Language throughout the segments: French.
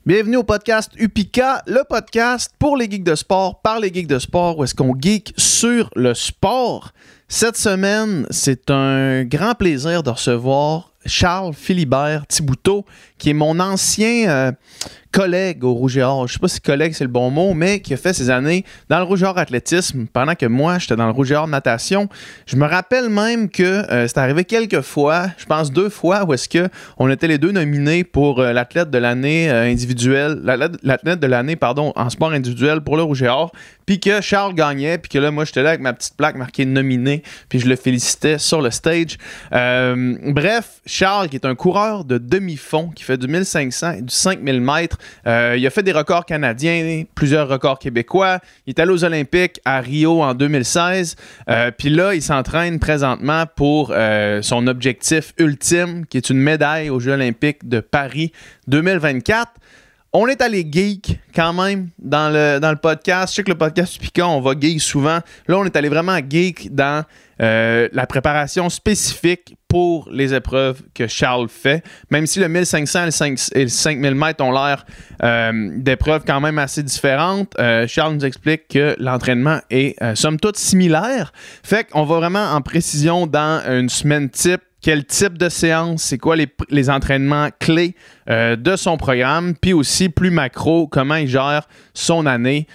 Bienvenue au podcast UPICA, le podcast pour les geeks de sport, par les geeks de sport, où est-ce qu'on geek sur le sport. Cette semaine, c'est un grand plaisir de recevoir Charles Philibert Thibouteau, qui est mon ancien collègue au Rouge et Or. Je ne sais pas si collègue c'est le bon mot, mais qui a fait ses années dans le Rouge et Or athlétisme, pendant que moi, j'étais dans le Rouge et Or natation. Je me rappelle même que c'est arrivé quelques fois, je pense 2 fois, où est-ce qu'on était les deux nominés pour l'athlète de l'année individuelle, l'athlète de l'année, en sport individuel pour le Rouge et Or, puis que Charles gagnait, puis que là, moi, j'étais là avec ma petite plaque marquée nominé, puis je le félicitais sur le stage. Bref, Charles, qui est un coureur de demi-fond, qui fait du 1500 et du 5000 mètres, il a fait des records canadiens, plusieurs records québécois. Il est allé aux Olympiques à Rio en 2016. Puis là, il s'entraîne présentement pour son objectif ultime, qui est une médaille aux Jeux olympiques de Paris 2024. On est allé geek quand même dans le podcast. Je sais que le podcast UPICA, on va geek souvent. Là, on est allé vraiment geek dans la préparation spécifique pour les épreuves que Charles fait. Même si le 1500 et le 5000 mètres ont l'air d'épreuves quand même assez différentes, Charles nous explique que l'entraînement est somme toute similaire. Fait qu'on va vraiment en précision dans une semaine type. Quel type de séance, c'est quoi les entraînements clés de son programme, puis aussi plus macro, comment il gère son année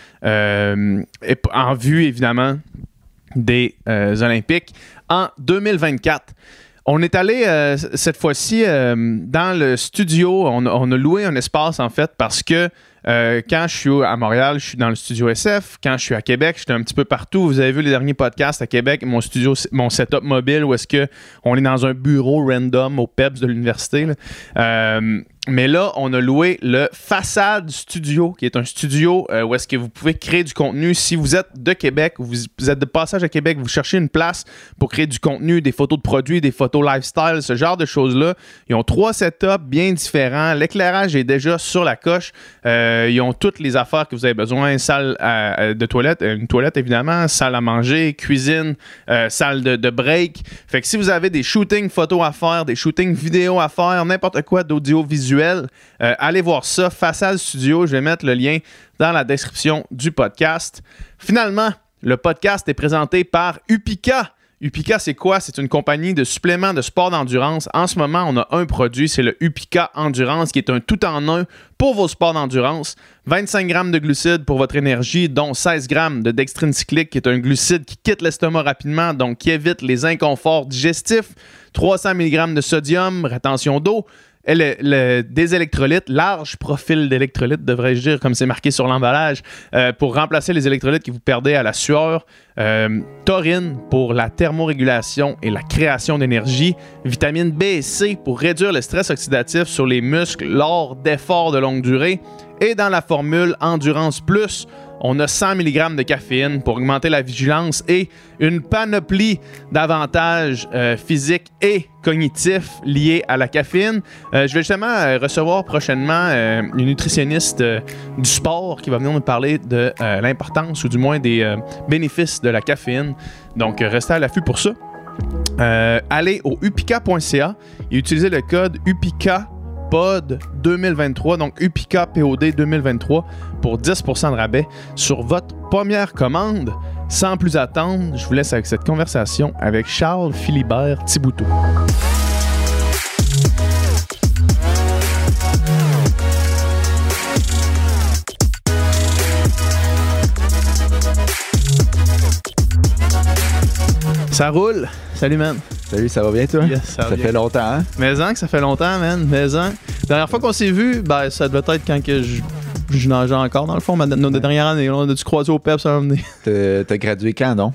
en vue évidemment des Olympiques en 2024. On est allé cette fois-ci dans le studio, on a loué un espace en fait parce que quand je suis à Montréal, je suis dans le studio SF. Quand je suis à Québec, je suis un petit peu partout. Vous avez vu les derniers podcasts à Québec, mon studio, mon setup mobile, où est-ce qu'on est dans un bureau random au PEPS de l'université. Mais là, on a loué le Façade Studio, qui est un studio où est-ce que vous pouvez créer du contenu. Si vous êtes de Québec, vous êtes de passage à Québec, vous cherchez une place pour créer du contenu, des photos de produits, des photos lifestyle, ce genre de choses-là. Ils ont 3 setups bien différents. L'éclairage est déjà sur la coche. Ils ont toutes les affaires que vous avez besoin. Salle de toilette, une toilette évidemment, salle à manger, cuisine, salle de break. Fait que si vous avez des shootings photos à faire, des shootings vidéo à faire, n'importe quoi d'audiovisuel, allez voir ça, Façade Studio. Je vais mettre le lien dans la description du podcast. Finalement, le podcast est présenté par UPICA. UPICA, c'est quoi? C'est une compagnie de suppléments de sport d'endurance. En ce moment, on a un produit, c'est le UPICA Endurance, qui est un tout-en-un pour vos sports d'endurance. 25 grammes de glucides pour votre énergie, dont 16 grammes de dextrine cyclique, qui est un glucide qui quitte l'estomac rapidement, donc qui évite les inconforts digestifs. 300 mg de sodium, rétention d'eau. Des électrolytes, large profil d'électrolytes, devrais-je dire, comme c'est marqué sur l'emballage, pour remplacer les électrolytes que vous perdez à la sueur. Taurine pour la thermorégulation et la création d'énergie. Vitamine B et C pour réduire le stress oxydatif sur les muscles lors d'efforts de longue durée. Et dans la formule Endurance Plus, on a 100 mg de caféine pour augmenter la vigilance et une panoplie d'avantages physiques et cognitifs liés à la caféine. Je vais justement recevoir prochainement une nutritionniste du sport qui va venir nous parler de l'importance ou du moins des bénéfices de la caféine. Donc, restez à l'affût pour ça. Allez au upica.ca et utilisez le code UPICA POD 2023, donc UPICA POD 2023 pour 10% de rabais sur votre première commande. Sans plus attendre, je vous laisse avec cette conversation avec Charles Philibert Thibouteau. Ça roule. Salut, man. Salut, ça va bien, toi? Yes, ça fait longtemps, hein? Mais-en que ça fait longtemps, man. Mais-en. La dernière fois qu'on s'est vu, ben, ça devait être quand que je nageais encore, dans le fond, notre dernière année. On a dû croiser au PEP, ça va venir. T'as gradué quand, donc?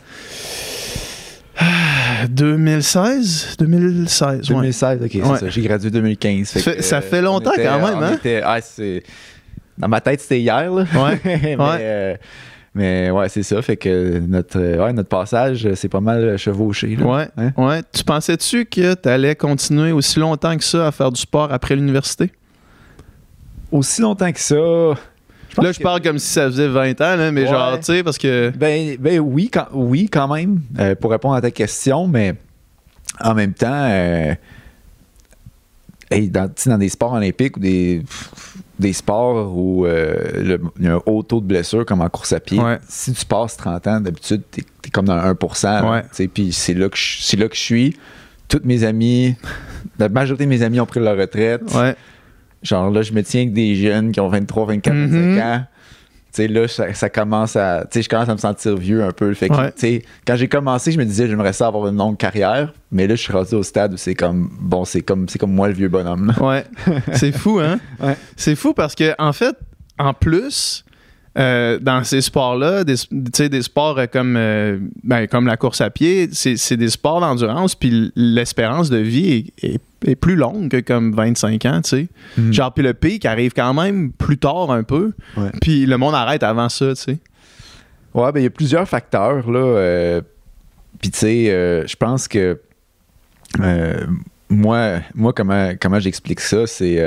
2016, ouais. 2016, ok, c'est ça. J'ai gradué 2015. Ça fait longtemps quand même, hein? Dans ma tête, c'était hier, là. Ouais. Mais ouais, c'est ça. Fait que notre passage, c'est pas mal chevauché. Là. Ouais, hein? Ouais. Tu pensais-tu que tu allais continuer aussi longtemps que ça à faire du sport après l'université? Aussi longtemps que ça... Je parle comme si ça faisait 20 ans, là, mais genre, tu sais, parce que... Ben oui, quand même, pour répondre à ta question, mais en même temps, dans des sports olympiques ou des... des sports où il y a un haut taux de blessure, comme en course à pied, si tu passes 30 ans, d'habitude, t'es comme dans 1%. Puis c'est là que je suis. Toutes mes amis, la majorité de mes amis ont pris leur retraite. Genre là, je me tiens avec des jeunes qui ont 23, 24, 25 ans. Tu sais, là, ça commence à... Tu sais, je commence à me sentir vieux un peu. Fait que, tu sais, quand j'ai commencé, je me disais, j'aimerais ça avoir une longue carrière. Mais là, je suis rendu au stade où c'est comme... Bon, c'est comme moi, le vieux bonhomme. Ouais. C'est fou, hein? C'est fou parce que, en fait, en plus... dans ces sports-là, des sports comme la course à pied, c'est des sports d'endurance, puis l'espérance de vie est plus longue que comme 25 ans, tu sais. Genre, puis le pic arrive quand même plus tard un peu, puis le monde arrête avant ça, tu sais. Ouais, ben il y a plusieurs facteurs, là. Puis, tu sais, je pense que moi comment j'explique ça,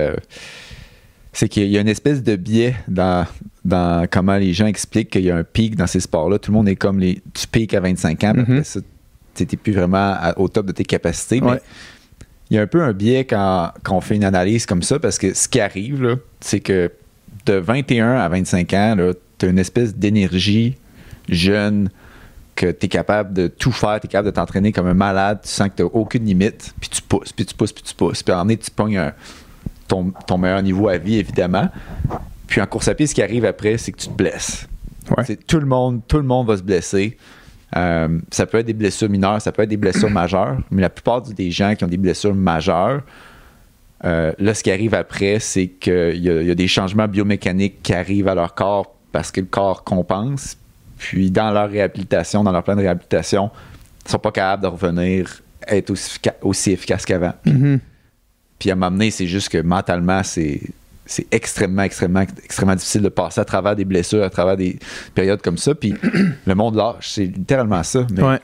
c'est qu'il y a une espèce de biais dans comment les gens expliquent qu'il y a un pic dans ces sports-là. Tout le monde est comme tu piques à 25 ans, puis après ça, tu n'es plus vraiment au top de tes capacités. Mais il y a un peu un biais quand on fait une analyse comme ça, parce que ce qui arrive, là, c'est que de 21 à 25 ans, tu as une espèce d'énergie jeune, que tu es capable de tout faire, tu es capable de t'entraîner comme un malade, tu sens que tu n'as aucune limite, puis tu pousses, puis tu pousses, puis tu pousses. Puis à un moment donné, tu pognes ton meilleur niveau à vie, évidemment. Puis en course à pied, ce qui arrive après, c'est que tu te blesses. Tout le monde va se blesser. Ça peut être des blessures mineures, ça peut être des blessures majeures, mais la plupart des gens qui ont des blessures majeures, là, ce qui arrive après, c'est qu'il y a des changements biomécaniques qui arrivent à leur corps parce que le corps compense. Puis dans leur réhabilitation, dans leur plan de réhabilitation, ils ne sont pas capables de revenir être aussi efficaces qu'avant. Puis à un moment donné, c'est juste que mentalement, c'est extrêmement, extrêmement, extrêmement difficile de passer à travers des blessures, à travers des périodes comme ça. Puis le monde lâche, c'est littéralement ça. Mais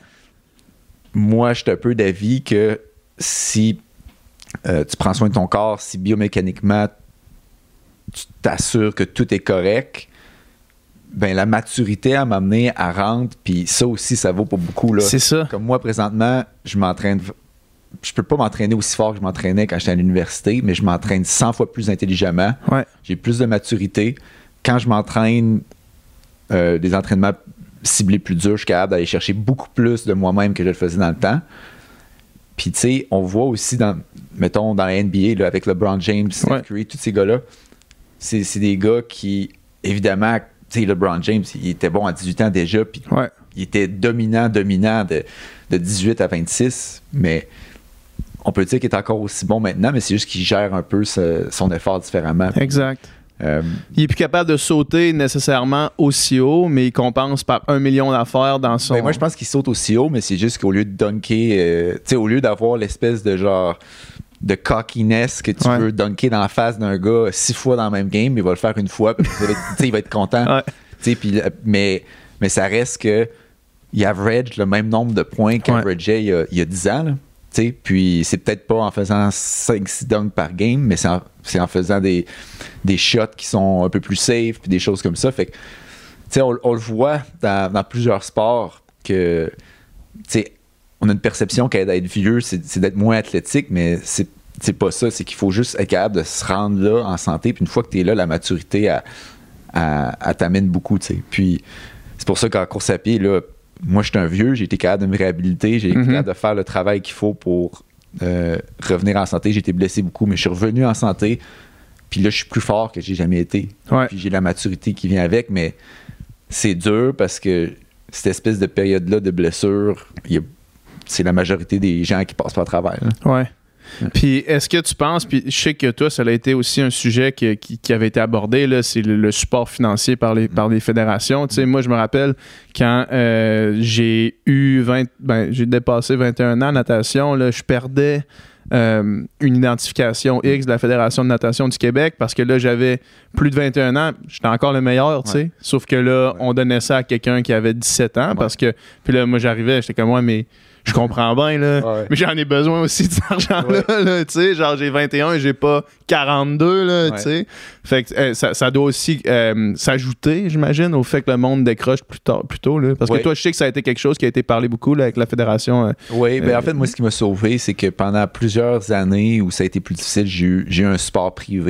moi, je suis un peu d'avis que si tu prends soin de ton corps, si biomécaniquement, tu t'assures que tout est correct, ben la maturité à m'amener à rendre, puis ça aussi, ça vaut pour beaucoup. Là. C'est ça. Comme moi, présentement, je peux pas m'entraîner aussi fort que je m'entraînais quand j'étais à l'université, mais je m'entraîne 100 fois plus intelligemment. J'ai plus de maturité. Quand je m'entraîne des entraînements ciblés plus durs, je suis capable d'aller chercher beaucoup plus de moi-même que je le faisais dans le temps. Puis, tu sais, on voit aussi, mettons, dans la NBA, là, avec LeBron James, Steph Curry, tous ces gars-là, c'est des gars qui, évidemment, tu sais, LeBron James, il était bon à 18 ans déjà, puis il était dominant de 18 à 26, mais on peut dire qu'il est encore aussi bon maintenant, mais c'est juste qu'il gère un peu son effort différemment. Exact. Il est plus capable de sauter nécessairement aussi haut, mais il compense par 1 million d'affaires dans son... Ben moi, je pense qu'il saute aussi haut, mais c'est juste qu'au lieu de dunker, tu sais, au lieu d'avoir l'espèce de genre de cockiness que tu veux dunker dans la face d'un gars 6 fois dans le même game, il va le faire une fois, puis il va être content. Mais ça reste que il average le même nombre de points qu'averageait il y a 10 ans. Là. Puis c'est peut-être pas en faisant 5-6 dunks par game, mais c'est en faisant des shots qui sont un peu plus safe, puis des choses comme ça. Fait que, on le voit dans plusieurs sports que on a une perception qu'être vieux, c'est d'être moins athlétique, mais c'est pas ça. C'est qu'il faut juste être capable de se rendre là en santé. Puis une fois que tu es là, la maturité elle t'amène beaucoup. T'sais. Puis c'est pour ça qu'en course à pied, là, moi, je suis un vieux, j'ai été capable de me réhabiliter, j'ai été capable de faire le travail qu'il faut pour revenir en santé. J'ai été blessé beaucoup, mais je suis revenu en santé. Puis là, je suis plus fort que j'ai jamais été. Puis j'ai la maturité qui vient avec, mais c'est dur parce que cette espèce de période-là de blessure, c'est la majorité des gens qui passent pas à travers. Puis est-ce que tu penses, puis je sais que toi, ça a été aussi un sujet qui avait été abordé, là, c'est le support financier par les fédérations. Tu sais, moi, je me rappelle quand j'ai dépassé 21 ans en natation, là, je perdais une identification X de la Fédération de natation du Québec parce que là, j'avais plus de 21 ans, j'étais encore le meilleur, tu sais. Sauf que là, on donnait ça à quelqu'un qui avait 17 ans parce que, puis là, moi, j'arrivais, j'étais comme moi, mais je comprends bien, là. Mais j'en ai besoin aussi de cet argent-là, là, tu sais. Genre, j'ai 21 et j'ai pas 42, là, tu sais. Fait que ça doit aussi s'ajouter, j'imagine, au fait que le monde décroche plus tôt, là. Parce que toi, je sais que ça a été quelque chose qui a été parlé beaucoup, là, avec la fédération. Ben en fait, moi, ce qui m'a sauvé, c'est que pendant plusieurs années où ça a été plus difficile, j'ai eu un support privé.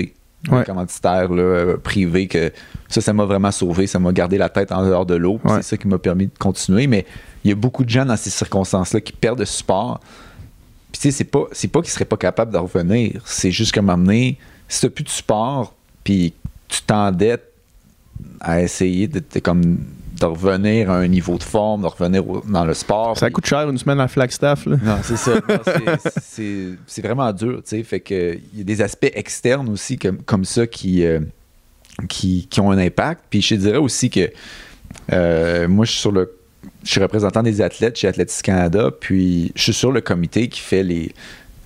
un commanditaire là, privé, que ça m'a vraiment sauvé. Ça m'a gardé la tête en dehors de l'eau. C'est ça qui m'a permis de continuer. Mais il y a beaucoup de gens dans ces circonstances-là qui perdent de support. Puis tu sais, c'est pas qu'ils seraient pas capables de revenir. C'est juste qu'à un moment donné, si tu n'as plus de support, puis tu t'endettes à essayer de revenir à un niveau de forme, de revenir dans le sport. Ça coûte cher une semaine à Flagstaff. Là. Non, c'est ça. Non, c'est vraiment dur. T'sais. Fait que il y a des aspects externes aussi comme ça qui ont un impact. Puis je te dirais aussi que moi, je suis représentant des athlètes chez Athletics Canada, puis je suis sur le comité qui fait les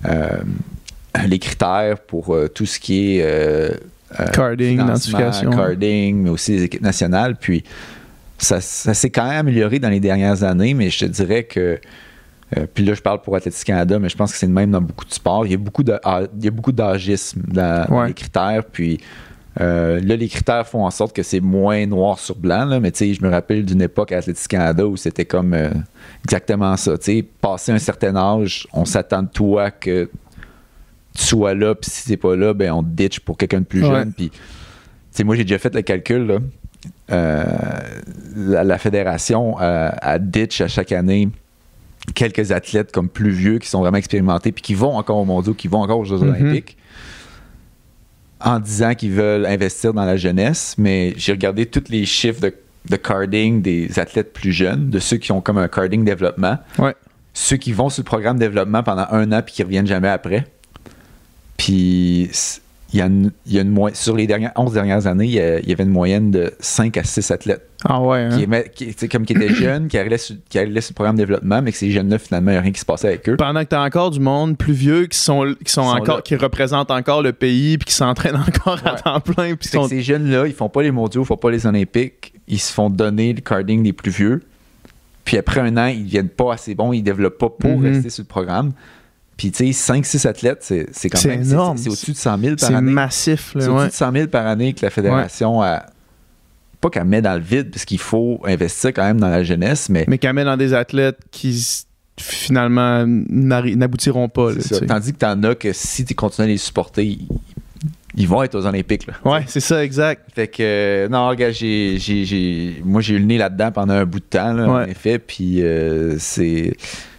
critères pour tout ce qui est carding, identification. Carding, mais aussi les équipes nationales. Puis ça s'est quand même amélioré dans les dernières années, mais je te dirais que puis là, je parle pour Athletics Canada, mais je pense que c'est le même dans beaucoup de sports. Il y a beaucoup d'agisme dans les critères, puis là, les critères font en sorte que c'est moins noir sur blanc, là, mais tu sais, je me rappelle d'une époque à Athletics Canada où c'était comme exactement ça. Tu sais, passé un certain âge, on s'attend de toi que tu sois là, puis si t'es pas là, ben on te ditch pour quelqu'un de plus jeune. Puis, tu sais, moi, j'ai déjà fait le calcul, là. La fédération a ditch à chaque année quelques athlètes comme plus vieux qui sont vraiment expérimentés puis qui vont encore aux mondiaux, qui vont encore aux Jeux olympiques en disant qu'ils veulent investir dans la jeunesse. Mais j'ai regardé tous les chiffres de carding des athlètes plus jeunes, de ceux qui ont comme un carding développement, ceux qui vont sur le programme développement pendant 1 an puis qui reviennent jamais après. Puis il y a une sur les 11 dernières années, il y avait une moyenne de 5 à 6 athlètes. Ah ouais, hein? qui étaient jeunes, qui allaient sur le programme de développement, mais que ces jeunes-là, finalement, il n'y a rien qui se passait avec eux. Pendant que tu as encore du monde plus vieux qui sont encore, qui représentent encore le pays puis qui s'entraînent encore à temps plein. Puis ces jeunes-là, ils font pas les mondiaux, ils font pas les Olympiques, ils se font donner le carding des plus vieux. Puis après 1 an, ils viennent pas assez bons, ils développent pas pour rester sur le programme. Puis, tu sais, 5-6 athlètes, c'est quand même énorme. C'est au-dessus de 100 000 par année. C'est massif. Là, c'est au-dessus de 100 000 par année que la fédération a... Pas qu'elle met dans le vide, parce qu'il faut investir quand même dans la jeunesse, mais qu'elle met dans des athlètes qui, finalement, n'aboutiront pas. Là, tandis que t'en as que si tu continues à les supporter, ils vont être aux Olympiques. Là, ouais, c'est ça, exact. Fait que, non, regarde, moi, j'ai eu le nez là-dedans pendant un bout de temps, là, en effet, puis c'est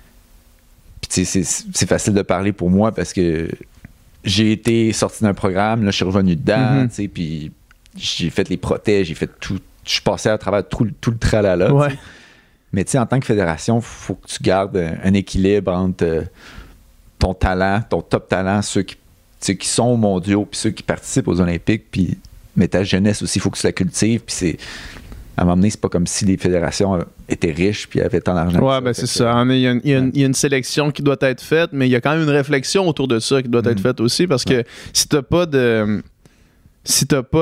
facile de parler pour moi parce que j'ai été sorti d'un programme, là, je suis revenu dedans, puis j'ai fait les protèges, j'ai fait tout. Je suis passé à travers tout le tralala. Ouais. Mais tu sais, en tant que fédération, il faut que tu gardes un équilibre entre ton talent, ton top talent, ceux qui sont aux mondiaux, puis ceux qui participent aux Olympiques, mais ta jeunesse aussi, il faut que tu la cultives. Puis à un moment donné, c'est pas comme si les fédérations étaient riches puis avaient tant d'argent. Ouais, ben c'est ça. Il y a une sélection qui doit être faite, mais il y a quand même une réflexion autour de ça qui doit être faite aussi, parce que si t'as pas de... Tu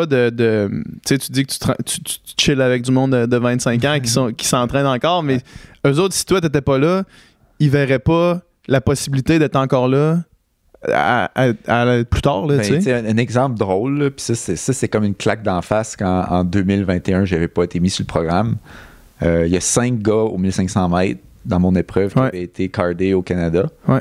sais, tu dis que tu chill avec du monde de 25 ans qui s'entraînent encore, mais eux autres, si toi, t'étais pas là, ils verraient pas la possibilité d'être encore là à plus tard. Là, ben, un exemple drôle, puis ça, c'est comme une claque d'en face quand en 2021, j'avais pas été mis sur le programme. Il y a 5 gars au 1500 mètres dans mon épreuve qui avaient été cardés au Canada. Ouais.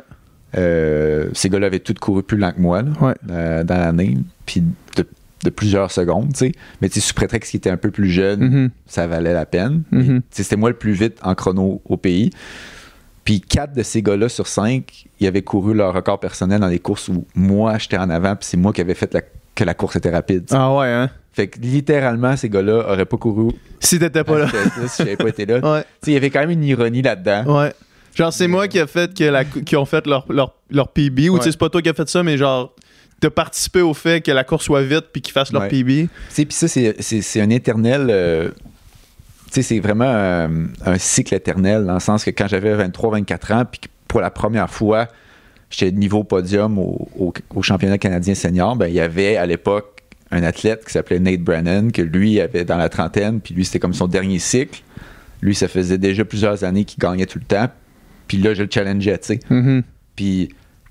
Ces gars-là avaient tous couru plus lent que moi là, dans l'année. Puis de plusieurs secondes, tu sais. Mais tu sais, sous prétexte qu'ils étaient un peu plus jeunes, ça valait la peine. C'était moi le plus vite en chrono au pays. Puis 4 de ces gars-là sur 5, ils avaient couru leur record personnel dans des courses où moi, j'étais en avant, puis c'est moi qui avais fait que la course était rapide. T'sais. Ah ouais, hein? Fait que littéralement, ces gars-là auraient pas couru. Si t'étais pas là. Si j'avais pas été là. Tu sais, il y avait quand même une ironie là-dedans. Ouais. Genre, c'est moi qui ont fait leur PB, ou tu sais, c'est pas toi qui as fait ça, mais genre... de participer au fait que la course soit vite puis qu'ils fassent leur PB. Puis ça, c'est un éternel... c'est vraiment un cycle éternel, dans le sens que quand j'avais 23-24 ans, puis pour la première fois, j'étais niveau podium au championnat canadien senior, ben il y avait à l'époque un athlète qui s'appelait Nate Brennan, que lui avait dans la trentaine, puis lui, c'était comme son dernier cycle. Lui, ça faisait déjà plusieurs années qu'il gagnait tout le temps. Puis là, je le challengeais, tu sais. Puis...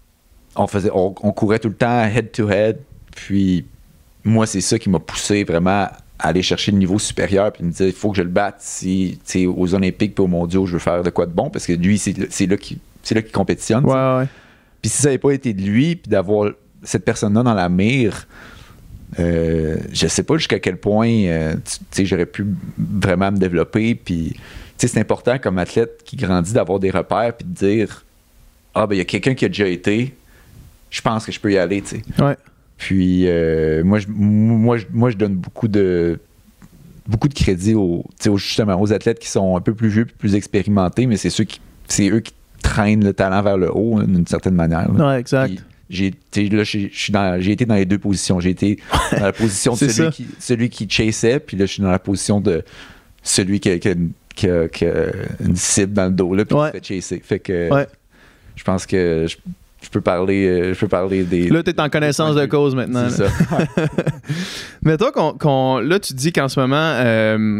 On courait tout le temps head-to-head, puis moi, c'est ça qui m'a poussé vraiment à aller chercher le niveau supérieur, puis me dire, il faut que je le batte si, aux Olympiques et aux Mondiaux, je veux faire de quoi de bon, parce que lui, c'est là qu'il compétitionne. Ouais. Puis si ça n'avait pas été de lui, puis d'avoir cette personne-là dans la mire, Je sais pas jusqu'à quel point j'aurais pu vraiment me développer. Puis, c'est important comme athlète qui grandit d'avoir des repères puis de dire il y a quelqu'un qui a déjà été, je pense que je peux y aller. T'sais. Ouais. Puis, moi, je donne beaucoup de crédit justement aux athlètes qui sont un peu plus vieux et plus expérimentés, mais c'est eux qui traînent le talent vers le haut d'une certaine manière. Là. Ouais, exact. Puis, j'ai été dans les deux positions. J'ai été dans la position de celui qui chassait, puis là, je suis dans la position de celui qui a une cible dans le dos, là, puis qui se fait chasser. Fait que je pense que je peux parler des... Là, tu es en connaissance de cause maintenant. C'est ça. Mais toi, là, tu dis qu'en ce moment,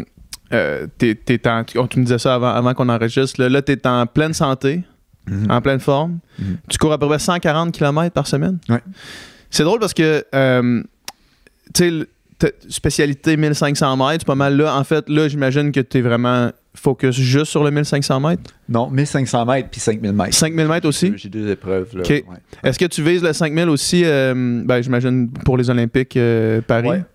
tu me disais ça avant qu'on enregistre, là tu es en pleine santé. Mm-hmm. En pleine forme. Mm-hmm. Tu cours à peu près 140 km par semaine. Ouais. C'est drôle parce que, tu sais, spécialité 1500 mètres, c'est pas mal là. En fait, là, j'imagine que tu es vraiment focus juste sur le 1500 mètres? Non, 1500 mètres puis 5000 mètres. 5000 mètres aussi? J'ai 2 épreuves. Là. OK. Ouais. Est-ce que tu vises le 5000 aussi, j'imagine, pour les Olympiques Paris? Oui.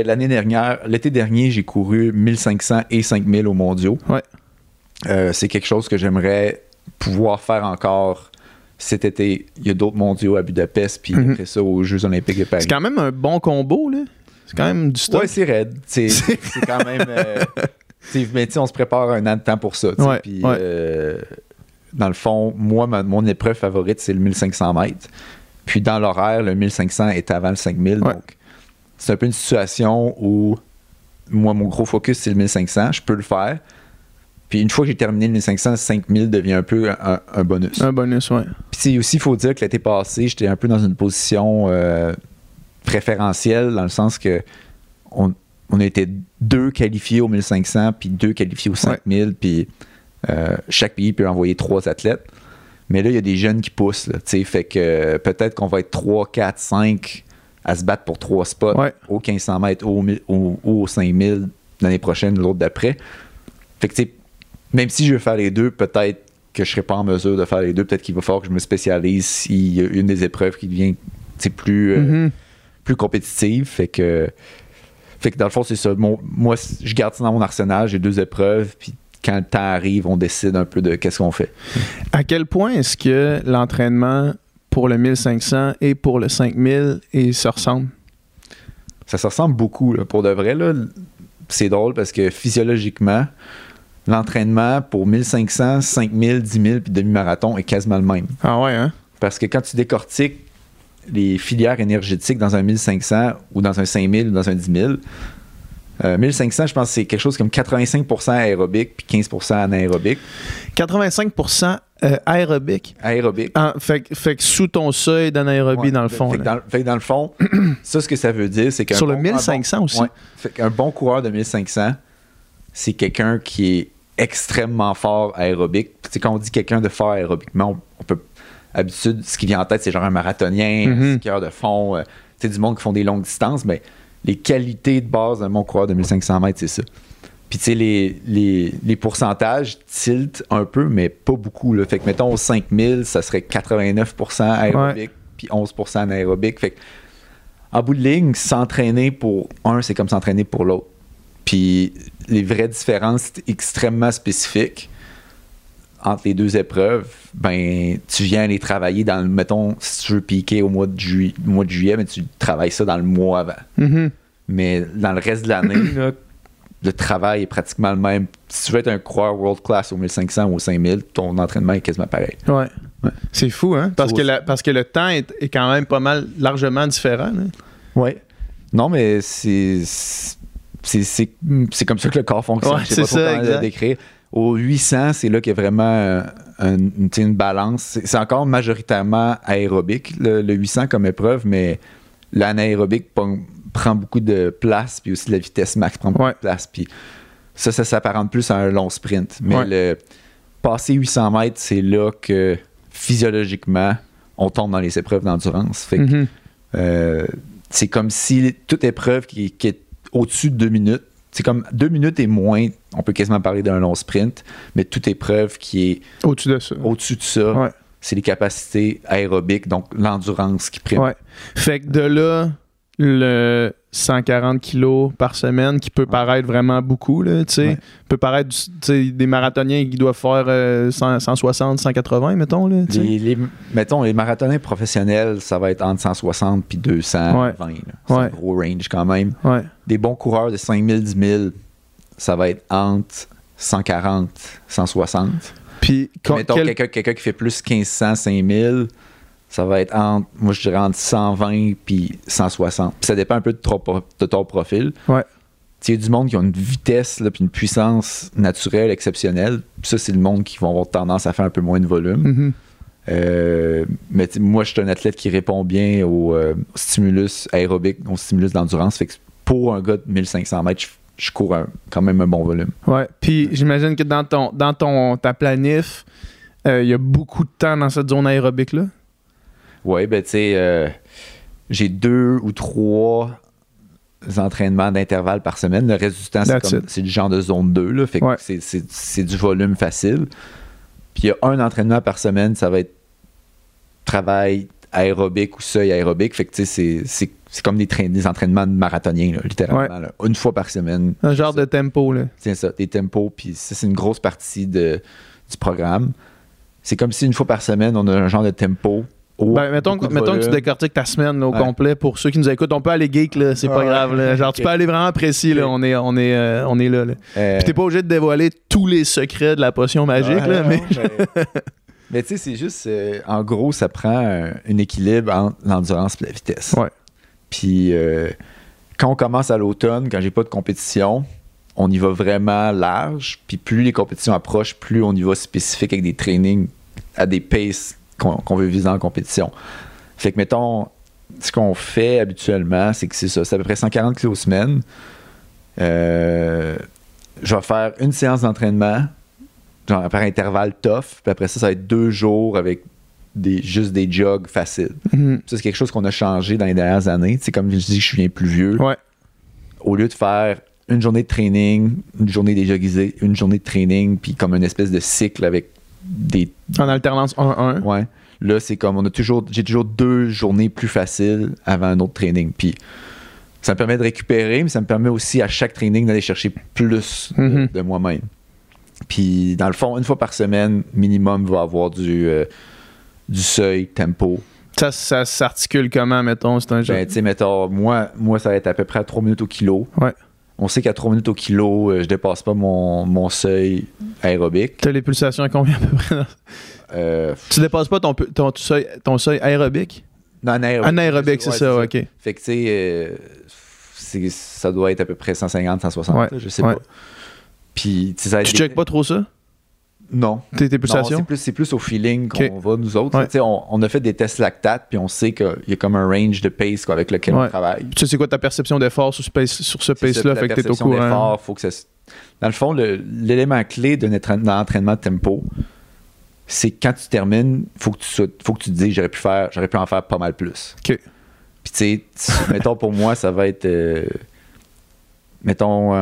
L'été dernier, j'ai couru 1500 et 5000 aux mondiaux. Ouais. C'est quelque chose que j'aimerais pouvoir faire encore cet été. Il y a d'autres mondiaux à Budapest, puis après ça, aux Jeux olympiques de Paris. C'est quand même un bon combo, là. C'est quand même du stock. Ouais, c'est raide. C'est quand même... mais on se prépare un an de temps pour ça. Ouais, puis, dans le fond, moi, mon épreuve favorite, c'est le 1500 mètres. Puis dans l'horaire, le 1500 est avant le 5000. Ouais. Donc, c'est un peu une situation où moi, mon gros focus, c'est le 1500. Je peux le faire. Puis une fois que j'ai terminé le 1500, 5000 devient un peu un bonus. Un bonus, oui. Puis aussi, il faut dire que l'été passé, j'étais un peu dans une position préférentielle, dans le sens que on a été 2 qualifiés au 1500, puis 2 qualifiés au 5000, puis chaque pays peut envoyer 3 athlètes. Mais là, il y a des jeunes qui poussent, là, fait que peut-être qu'on va être 3, 4, 5 à se battre pour 3 spots au 1500 mètres ou au 5000 l'année prochaine, l'autre d'après. Fait que, tu sais, même si je veux faire les deux, peut-être que je ne serai pas en mesure de faire les deux. Peut-être qu'il va falloir que je me spécialise s'il y a une des épreuves qui devient plus compétitive. Fait que dans le fond, c'est ça. Moi, je garde ça dans mon arsenal. J'ai 2 épreuves. Puis quand le temps arrive, on décide un peu de qu'est-ce qu'on fait. À quel point est-ce que l'entraînement pour le 1500 et pour le 5000 se ressemble? Ça se ressemble beaucoup. Là. Pour de vrai, là, c'est drôle parce que physiologiquement, l'entraînement pour 1500, 5000, 10 000 puis demi-marathon est quasiment le même. Ah ouais, hein? Parce que quand tu décortiques les filières énergétiques dans un 1500 ou dans un 5000 ou dans un 10 000, 1500, je pense que c'est quelque chose comme 85% aérobique puis 15% anaérobique. 85% aérobique? Aérobique. Ah, fait que sous ton seuil d'anaérobie, dans le fond. Fait que dans le fond, ça, ce que ça veut dire, c'est qu'un sur le 1500 aussi? Ouais, fait qu'un bon coureur de 1500, c'est quelqu'un qui est extrêmement fort aérobique. T'sais, quand on dit quelqu'un de fort aérobiquement, on peut... Habitude, ce qui vient en tête, c'est genre un marathonien, un skieur de fond, du monde qui font des longues distances, mais les qualités de base d'un bon coureur de 1500 mètres, c'est ça. Puis, tu sais, les pourcentages tiltent un peu, mais pas beaucoup. Là. Fait que, mettons, au 5000, ça serait 89% aérobique, puis 11% anaérobique. Fait que, en bout de ligne, s'entraîner pour un, c'est comme s'entraîner pour l'autre. Puis, les vraies différences extrêmement spécifiques entre les 2 épreuves, ben, tu viens les travailler dans le, mettons, si tu veux piquer au mois de juillet, mais tu travailles ça dans le mois avant. Mm-hmm. Mais dans le reste de l'année, là, le travail est pratiquement le même. Si tu veux être un coureur world class au 1500 ou au 5000, ton entraînement est quasiment pareil. Ouais. C'est fou, hein? Parce que le temps est quand même pas mal largement différent. Oui. Non, mais c'est comme ça que le corps fonctionne. Je sais pas trop comment le décrire. Au 800, c'est là qu'il y a vraiment une balance. C'est encore majoritairement aérobique, le 800 comme épreuve, mais l'anaérobique prend beaucoup de place, puis aussi la vitesse max prend beaucoup de place. Puis ça s'apparente plus à un long sprint. Mais le passer 800 mètres, c'est là que physiologiquement, on tombe dans les épreuves d'endurance. Fait que, c'est comme si toute épreuve qui est au-dessus de 2 minutes, c'est comme 2 minutes et moins, on peut quasiment parler d'un long sprint, mais toute épreuve qui est au-dessus de ça, c'est les capacités aérobiques, donc l'endurance qui prime. Ouais. Fait que de là, le 140 kilos par semaine qui peut paraître vraiment beaucoup, là, tu sais. Peut paraître, tu sais, des marathoniens qui doivent faire 160, 180, mettons, là, tu sais. Mettons, les marathoniens professionnels, ça va être entre 160 puis 220. C'est un gros range quand même. Des bons coureurs de 5 000, 10 000, ça va être entre 140, 160. Puis mettons, quelqu'un qui fait plus 1500, 5000, ça va être entre, moi je dirais entre 120 puis 160. Puis ça dépend un peu de ton profil. Il y a du monde qui a une vitesse puis une puissance naturelle exceptionnelle. Puis ça, c'est le monde qui va avoir tendance à faire un peu moins de volume. Mais moi, je suis un athlète qui répond bien au stimulus aérobique, au stimulus d'endurance. Fait que pour un gars de 1500 mètres, je cours quand même un bon volume. Puis j'imagine que dans ta planif, il y a beaucoup de temps dans cette zone aérobique-là. Ben tu sais, j'ai 2 ou 3 entraînements d'intervalle par semaine. Le reste du temps, c'est du genre de zone 2. Là, fait que c'est du volume facile. Puis il y a un entraînement par semaine, ça va être travail aérobique ou seuil aérobique. Fait que tu sais, c'est comme des entraînements de marathoniens, là, littéralement. Là, une fois par semaine. Un genre de tempo. Là. C'est ça, des tempos. Puis ça, c'est une grosse partie du programme. C'est comme si une fois par semaine, on a un genre de tempo. Mettons que tu décortiques ta semaine là, au complet. Pour ceux qui nous écoutent, on peut aller geek, là, c'est pas grave. Là. Genre, tu peux aller vraiment précis, là, on est là. Puis t'es pas obligé de dévoiler tous les secrets de la potion magique, là, mais... Mais tu sais, c'est juste... en gros, ça prend un équilibre entre l'endurance et la vitesse. Puis quand on commence à l'automne, quand j'ai pas de compétition, on y va vraiment large. Puis plus les compétitions approchent, plus on y va spécifique avec des trainings à des paces qu'on veut viser en compétition. Fait que, mettons, ce qu'on fait habituellement, c'est que c'est ça. C'est à peu près 140 kilos semaine. Je vais faire une séance d'entraînement, genre par intervalle tough. Puis après ça va être 2 jours avec juste des jogs faciles. Ça, c'est quelque chose qu'on a changé dans les dernières années. C'est comme je dis, je suis plus vieux. Au lieu de faire une journée de training, une journée déjoguisée, une journée de training, puis comme une espèce de cycle avec en alternance 1-1. Là, c'est comme j'ai toujours 2 journées plus faciles avant un autre training. Puis ça me permet de récupérer, mais ça me permet aussi à chaque training d'aller chercher plus de moi-même. Puis dans le fond, une fois par semaine, minimum, va avoir du seuil, tempo. Ça s'articule comment, mettons? C'est un jeu? Tu sais, mettons, moi, ça va être à peu près à 3 minutes au kilo. On sait qu'à 3 minutes au kilo, je dépasse pas mon seuil aérobique. T'as les pulsations à combien à peu près? Tu dépasses pas ton seuil aérobique? Non, anaérobique, c'est ça, OK. Fait que tu sais, ça doit être à peu près 150, 160, je sais pas. Puis, tu checkes pas trop ça? Non. Tes pulsations? Non, c'est plus au feeling qu'on va, nous autres. Tu sais, on a fait des tests lactate, puis on sait qu'il y a comme un range de pace avec lequel on travaille. Tu sais, c'est quoi ta perception d'effort sur ce pace-là? Fait que t'es au courant. D'effort, faut que ça... Dans le fond, l'élément clé d'un entraînement de tempo, c'est quand tu termines, faut que tu te dises j'aurais pu en faire pas mal plus. OK. Puis tu sais, mettons pour moi, ça va être mettons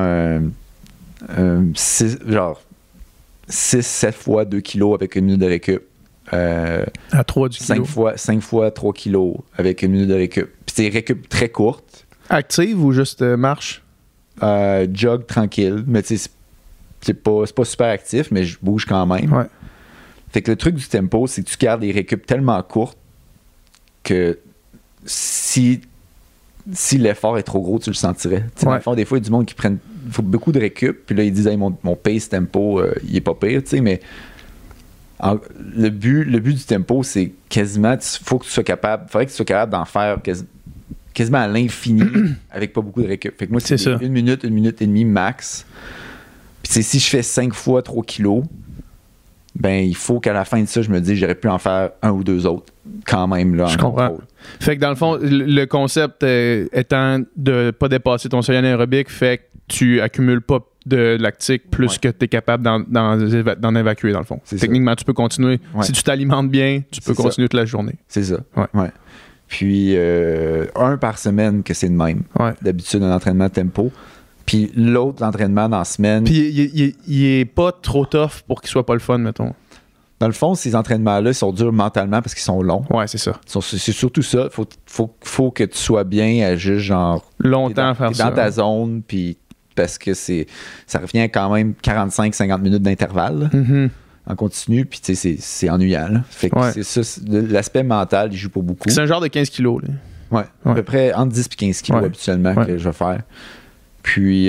6-7 fois 2 kilos avec 1 minute de récup. À 3 du kilo. 5 fois 3 kilos avec 1 minute de récup. Puis c'est récup très courte. Active ou juste marche? Jog tranquille, mais tu sais, c'est pas super actif, mais je bouge quand même. Fait que le truc du tempo, c'est que tu gardes les récup tellement courtes que si l'effort est trop gros, tu le sentirais. Dans le fond, des fois, il y a du monde qui prennent beaucoup de récup, puis là, ils disent hey, mon pace tempo, il est pas pire, tu sais, mais le but du tempo, c'est quasiment, faudrait que tu sois capable d'en faire quasiment à l'infini avec pas beaucoup de récup. Fait que moi, c'est 1 minute, 1 minute et demie max. Puis si je fais 5 fois 3 kilos, ben il faut qu'à la fin de ça, je me dise j'aurais pu en faire 1 ou 2 autres quand même là. Je comprends. Contrôle. Fait que dans le fond, le concept étant de pas dépasser ton seuil anaérobique, fait que tu accumules pas de lactique plus que tu es capable d'en évacuer dans le fond. Techniquement, tu peux continuer. Si tu t'alimentes bien, tu peux continuer toute la journée. C'est ça. Puis 1 par semaine que c'est de même. D'habitude, un entraînement tempo. Puis l'autre, l'entraînement dans la semaine. Puis il est pas trop tough pour qu'il soit pas le fun, mettons. Dans le fond, ces entraînements-là, ils sont durs mentalement parce qu'ils sont longs. Ouais, c'est ça. C'est surtout ça. Faut que tu sois bien à juste genre... Longtemps à faire t'es ça. dans ta zone, puis parce que ça revient quand même 45-50 minutes d'intervalle Mhm. en continu, puis tu sais, c'est ennuyant. Là. Fait que Ouais. c'est ça, l'aspect mental, il joue pas beaucoup. C'est un genre de 15 kilos. Là. Ouais, à Ouais. peu près entre 10 et 15 kilos Ouais. habituellement Ouais. que je vais faire. Puis,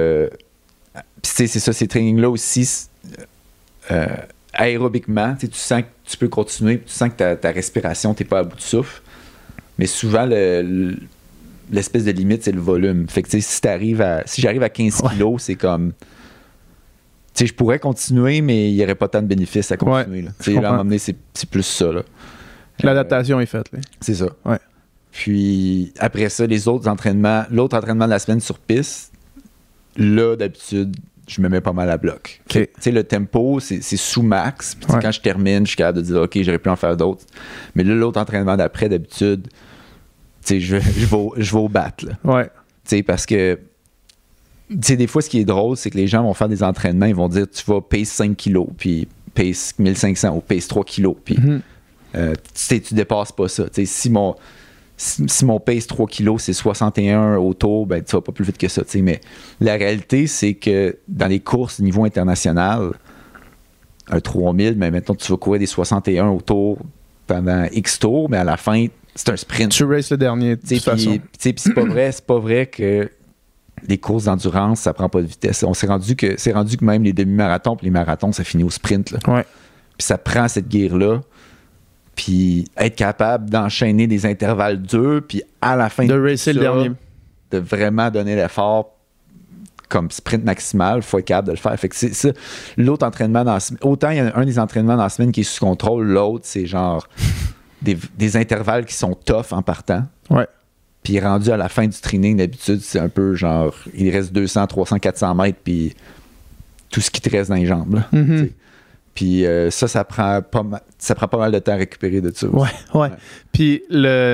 tu sais, c'est ça, ces trainings-là aussi, aérobiquement, tu sens que tu peux continuer, tu sens que ta respiration, t'es pas à bout de souffle. Mais souvent, l'espèce de limite, c'est le volume. Fait que tu sais, si j'arrive à 15 kilos, c'est comme... Tu sais, je pourrais continuer, mais il n'y aurait pas tant de bénéfices à continuer. Là. Tu sais, là, à un moment donné, c'est plus ça. Là. L'adaptation est faite. Là. C'est ça. Ouais. Puis après ça, l'autre entraînement de la semaine sur piste, là, d'habitude, je me mets pas mal à bloc. Okay. Tu sais, le tempo, c'est sous max. Puis Ouais. quand je termine, je suis capable de dire, OK, j'aurais pu en faire d'autres. Mais là, l'autre entraînement d'après, d'habitude, tu sais, je vais au bat. Là. Ouais. Tu sais, parce que, tu sais, des fois, ce qui est drôle, c'est que les gens vont faire des entraînements, ils vont dire, tu vas pace 5 kilos, puis pace 1500 ou pace 3 kilos. Puis, Mhm. tu dépasses pas ça. Tu sais, si mon pace 3 kilos, c'est 61 autour, ben, tu vas pas plus vite que ça. Tu sais, mais la réalité, c'est que dans les courses au niveau international, un 3000, mais maintenant, tu vas courir des 61 autour pendant X tours, mais à la fin, c'est un sprint. Tu races le dernier, de toute façon. Puis c'est pas vrai que les courses d'endurance, ça prend pas de vitesse. On s'est rendu que même les demi-marathons et les marathons, ça finit au sprint. Là. Ouais. Puis ça prend cette guerre-là. Puis être capable d'enchaîner des intervalles durs, puis à la fin De tout racer le ça, dernier. de vraiment donner l'effort comme sprint maximal, il faut être capable de le faire. Fait que c'est ça. L'autre entraînement dans la semaine, autant il y a un des entraînements dans la semaine qui est sous contrôle, l'autre, c'est genre des intervalles qui sont tough en partant. Ouais. Puis rendu à la fin du training, d'habitude, c'est un peu genre, il reste 200, 300, 400 mètres, puis tout ce qui te reste dans les jambes. Là, Mhm. t'sais. Puis ça prend pas mal de temps à récupérer de ça. Ouais. Puis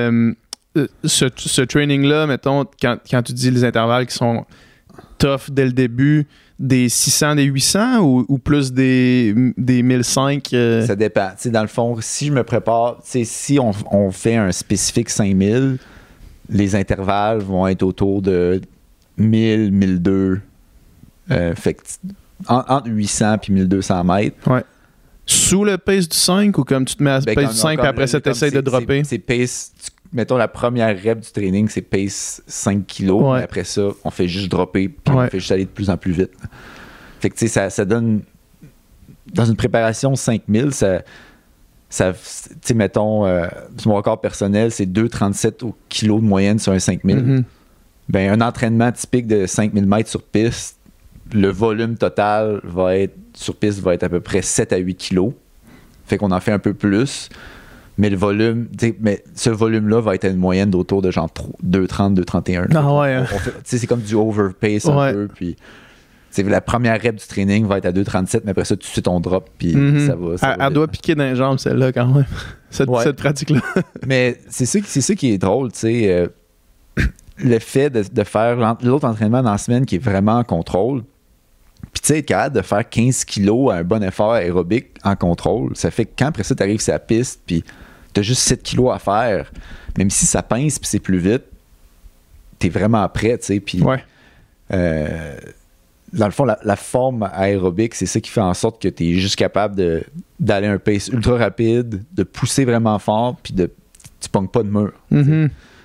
ce training-là, mettons, quand tu dis les intervalles qui sont tough dès le début, des 600, des 800 ou plus des 1005? Ça dépend. T'sais, dans le fond, si je me prépare, si on fait un spécifique 5000, les intervalles vont être autour de 1000, 1200. Fait que entre 800 et 1200 mètres. Ouais. Sous le pace du 5 ou comme tu te mets à Ben, pace du 5 puis après ça, tu essaies de dropper? C'est pace, mettons la première rep du training, c'est pace 5 kilos. Ouais. Mais après ça, on fait juste dropper puis Ouais. on fait juste aller de plus en plus vite. Fait que tu sais, ça donne. Dans une préparation 5000, ça tu sais, mettons, mon record personnel, c'est 2,37 au kilo de moyenne sur un 5000. Mhm. Ben, un entraînement typique de 5000 mètres sur piste, le volume total sur piste va être à peu près 7 à 8 kilos. Fait qu'on en fait un peu plus. Mais le volume, mais ce volume-là va être à une moyenne d'autour de genre 2,30, 2,31. Ah ouais. Hein. C'est comme du overpace Ouais. un peu. Puis, la première rep du training va être à 2,37, mais après ça, tout de suite, on drop. Puis Mhm. ça va. Elle doit piquer dans les jambes, celle-là, quand même. Ouais. Cette pratique-là. Mais c'est ça qui est drôle, tu sais. Le fait de faire l'autre entraînement dans la semaine qui est vraiment en contrôle. Puis, tu sais, être capable de faire 15 kilos à un bon effort aérobique en contrôle, ça fait que quand après ça, tu arrives sur la piste, puis tu as juste 7 kilos à faire, même si ça pince puis c'est plus vite, tu es vraiment prêt, tu sais. Puis, Ouais. dans le fond, la forme aérobique, c'est ça qui fait en sorte que tu es juste capable d'aller à un pace ultra rapide, de pousser vraiment fort, puis tu pognes pas de mur. Mhm.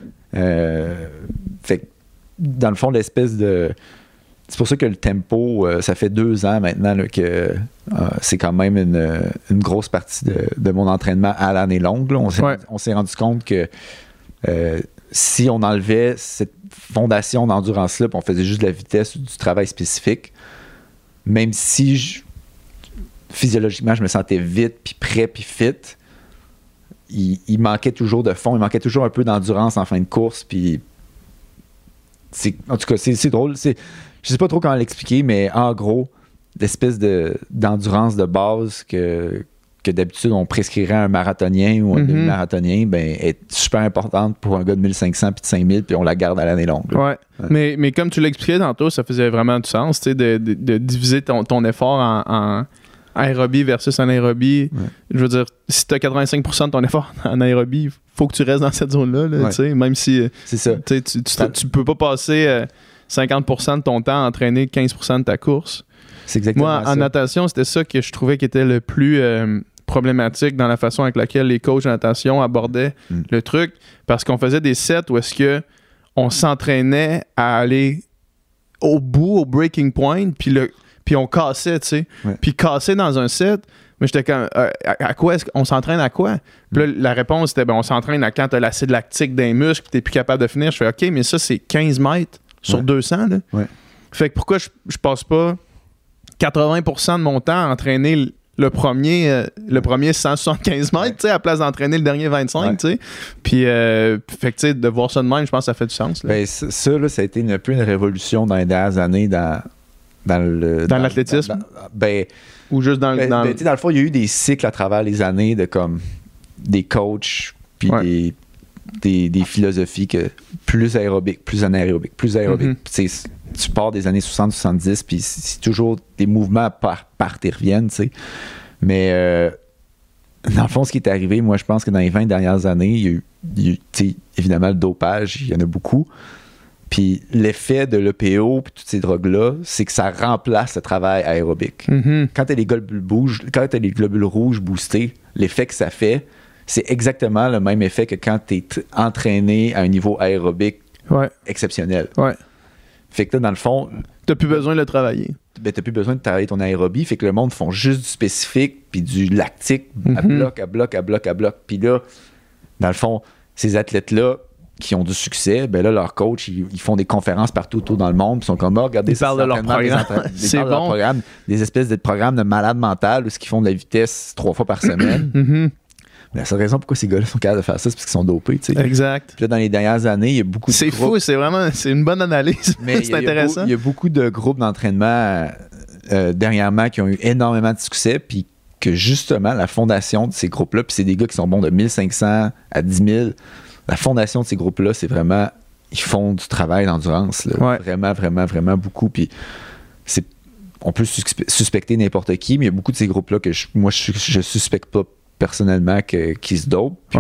Fait que, dans le fond, l'espèce de... C'est pour ça que le tempo, ça fait 2 ans maintenant là, que c'est quand même une grosse partie de mon entraînement à l'année longue. Là. On s'est rendu compte que si on enlevait cette fondation d'endurance-là, puis on faisait juste de la vitesse ou du travail spécifique, même si physiologiquement je me sentais vite, puis prêt, puis fit, il manquait toujours de fond, il manquait toujours un peu d'endurance en fin de course, puis en tout cas, c'est drôle. Je sais pas trop comment l'expliquer, mais en gros, l'espèce d'endurance de base que d'habitude on prescrirait à un marathonien ou un demi-marathonien, ben, est super importante pour un gars de 1500 puis de 5000, puis on la garde à l'année longue. Ouais. Mais comme tu l'expliquais tantôt, ça faisait vraiment du sens, tu sais, de diviser ton effort aérobie versus anaérobie. Ouais. Je veux dire, si tu as 85% de ton effort en aérobie, faut que tu restes dans cette zone-là, là, Ouais. tu sais, même si C'est ça. tu peux pas passer 50% de ton temps à entraîner 15% de ta course. C'est exactement Moi, ça. en natation, c'était ça que je trouvais qui était le plus problématique dans la façon avec laquelle les coachs de natation abordaient le truc, parce qu'on faisait des sets où est-ce que on s'entraînait à aller au bout, au breaking point, puis on cassait, tu sais. Ouais. Puis casser dans un set, mais j'étais comme, à quoi est-ce qu'on s'entraîne à quoi? Puis là, la réponse c'était, on s'entraîne à quand t'as l'acide lactique dans les muscles, puis t'es plus capable de finir. Je fais, OK, mais ça, c'est 15 mètres sur 200, là. Ouais. Fait que pourquoi je passe pas 80% de mon temps à entraîner le premier 175 mètres, tu sais, à la place d'entraîner le dernier 25, tu sais. Puis, fait que, tu sais, de voir ça de même, je pense que ça fait du sens. Là. Ben, ça, là, ça a été un peu une révolution dans les dernières années dans l'athlétisme? Ou juste dans le... Tu sais, dans le fond, il y a eu des cycles à travers les années de comme des coachs, puis des philosophies que plus aérobique, plus anaérobique, plus aérobique. Tu sais, tu pars des années 60-70, puis c'est toujours des mouvements partent et reviennent, tu sais. Mais dans le fond, ce qui est arrivé, moi, je pense que dans les 20 dernières années, il y a eu tu sais, évidemment, le dopage, il y en a beaucoup. Puis l'effet de l'EPO et toutes ces drogues-là, c'est que ça remplace le travail aérobique. Quand tu as les globules rouges boostés, l'effet que ça fait, c'est exactement le même effet que quand tu es entraîné à un niveau aérobique exceptionnel. Ouais. Fait que là, dans le fond... T'as plus besoin de le travailler. Ben, t'as plus besoin de travailler ton aérobie. Fait que le monde font juste du spécifique puis du lactique à bloc. Puis là, dans le fond, ces athlètes-là qui ont du succès, ben là, leurs coachs, ils font des conférences partout autour dans le monde. Ils sont comme, regardez, ils parlent de leur programme. C'est bon. Leur programme, des espèces de programmes de malades mentales où ils font de la vitesse 3 fois par semaine. La seule raison pourquoi ces gars-là sont capables de faire ça, c'est parce qu'ils sont dopés. T'sais. Exact. Puis là, dans les dernières années, il y a beaucoup de groupes... fou, c'est une bonne analyse. Mais c'est intéressant. Il y a beaucoup de groupes d'entraînement dernièrement qui ont eu énormément de succès, puis que justement, la fondation de ces groupes-là, puis c'est des gars qui sont bons de 1500 à 10 000, la fondation de ces groupes-là, c'est vraiment, ils font du travail d'endurance. Là. Vraiment, vraiment, vraiment beaucoup. Puis on peut suspecter n'importe qui, mais il y a beaucoup de ces groupes-là que je suspecte pas personnellement qui se dopent. Puis,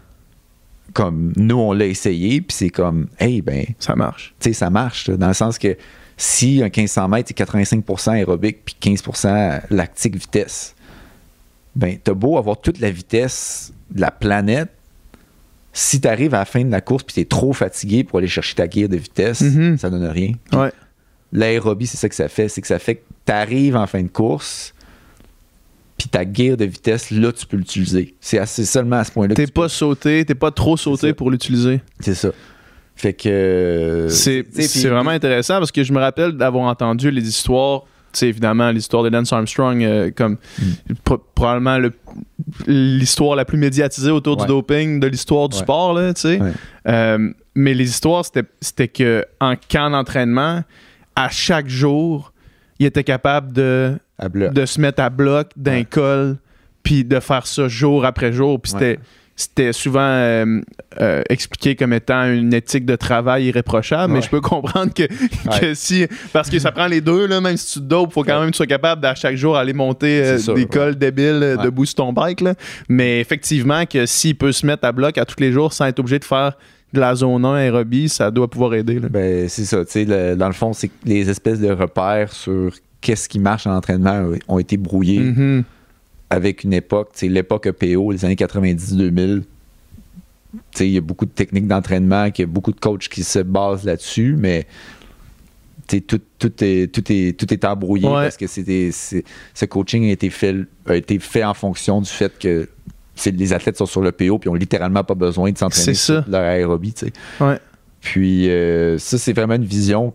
comme nous, on l'a essayé, puis c'est comme, hey, ben. Ça marche. Tu sais, ça marche, là, dans le sens que si un 1500 mètres, c'est 85% aérobique, puis 15% lactique vitesse, ben, t'as beau avoir toute la vitesse de la planète, si tu arrives à la fin de la course, puis t'es trop fatigué pour aller chercher ta gear de vitesse, ça donne rien. Puis, l'aérobie, c'est ça que ça fait, c'est que ça fait que t'arrives en fin de course. Puis ta gear de vitesse, là, tu peux l'utiliser. C'est seulement à ce point-là que t'es pas trop sauté pour l'utiliser. C'est ça. Fait que... C'est vraiment intéressant parce que je me rappelle d'avoir entendu les histoires, tu sais, évidemment, l'histoire de Lance Armstrong, comme probablement l'histoire la plus médiatisée autour du doping de l'histoire du sport, là, tu sais. Mais les histoires, c'était que en camp d'entraînement, à chaque jour, il était capable de se mettre à bloc d'un col puis de faire ça jour après jour. Puis c'était souvent expliqué comme étant une éthique de travail irréprochable, mais je peux comprendre que si... Parce que ça prend les deux, là, même si tu te dopes, il faut quand même que tu sois capable à chaque jour aller monter des cols débiles debout sur ton bike. Là. Mais effectivement, que s'il peut se mettre à bloc à tous les jours sans être obligé de faire de la zone 1 aérobie, ça doit pouvoir aider. Là. Ben, c'est ça. Dans le fond, c'est les espèces de repères sur qu'est-ce qui marche en entraînement ont été brouillés avec une époque, l'époque EPO, les années 90-2000. Il y a beaucoup de techniques d'entraînement, il y a beaucoup de coachs qui se basent là-dessus, mais tout est embrouillé parce que ce coaching a été fait en fonction du fait que les athlètes sont sur le PO puis ont littéralement pas besoin de s'entraîner sur leur aérobie. Puis ça, c'est vraiment une vision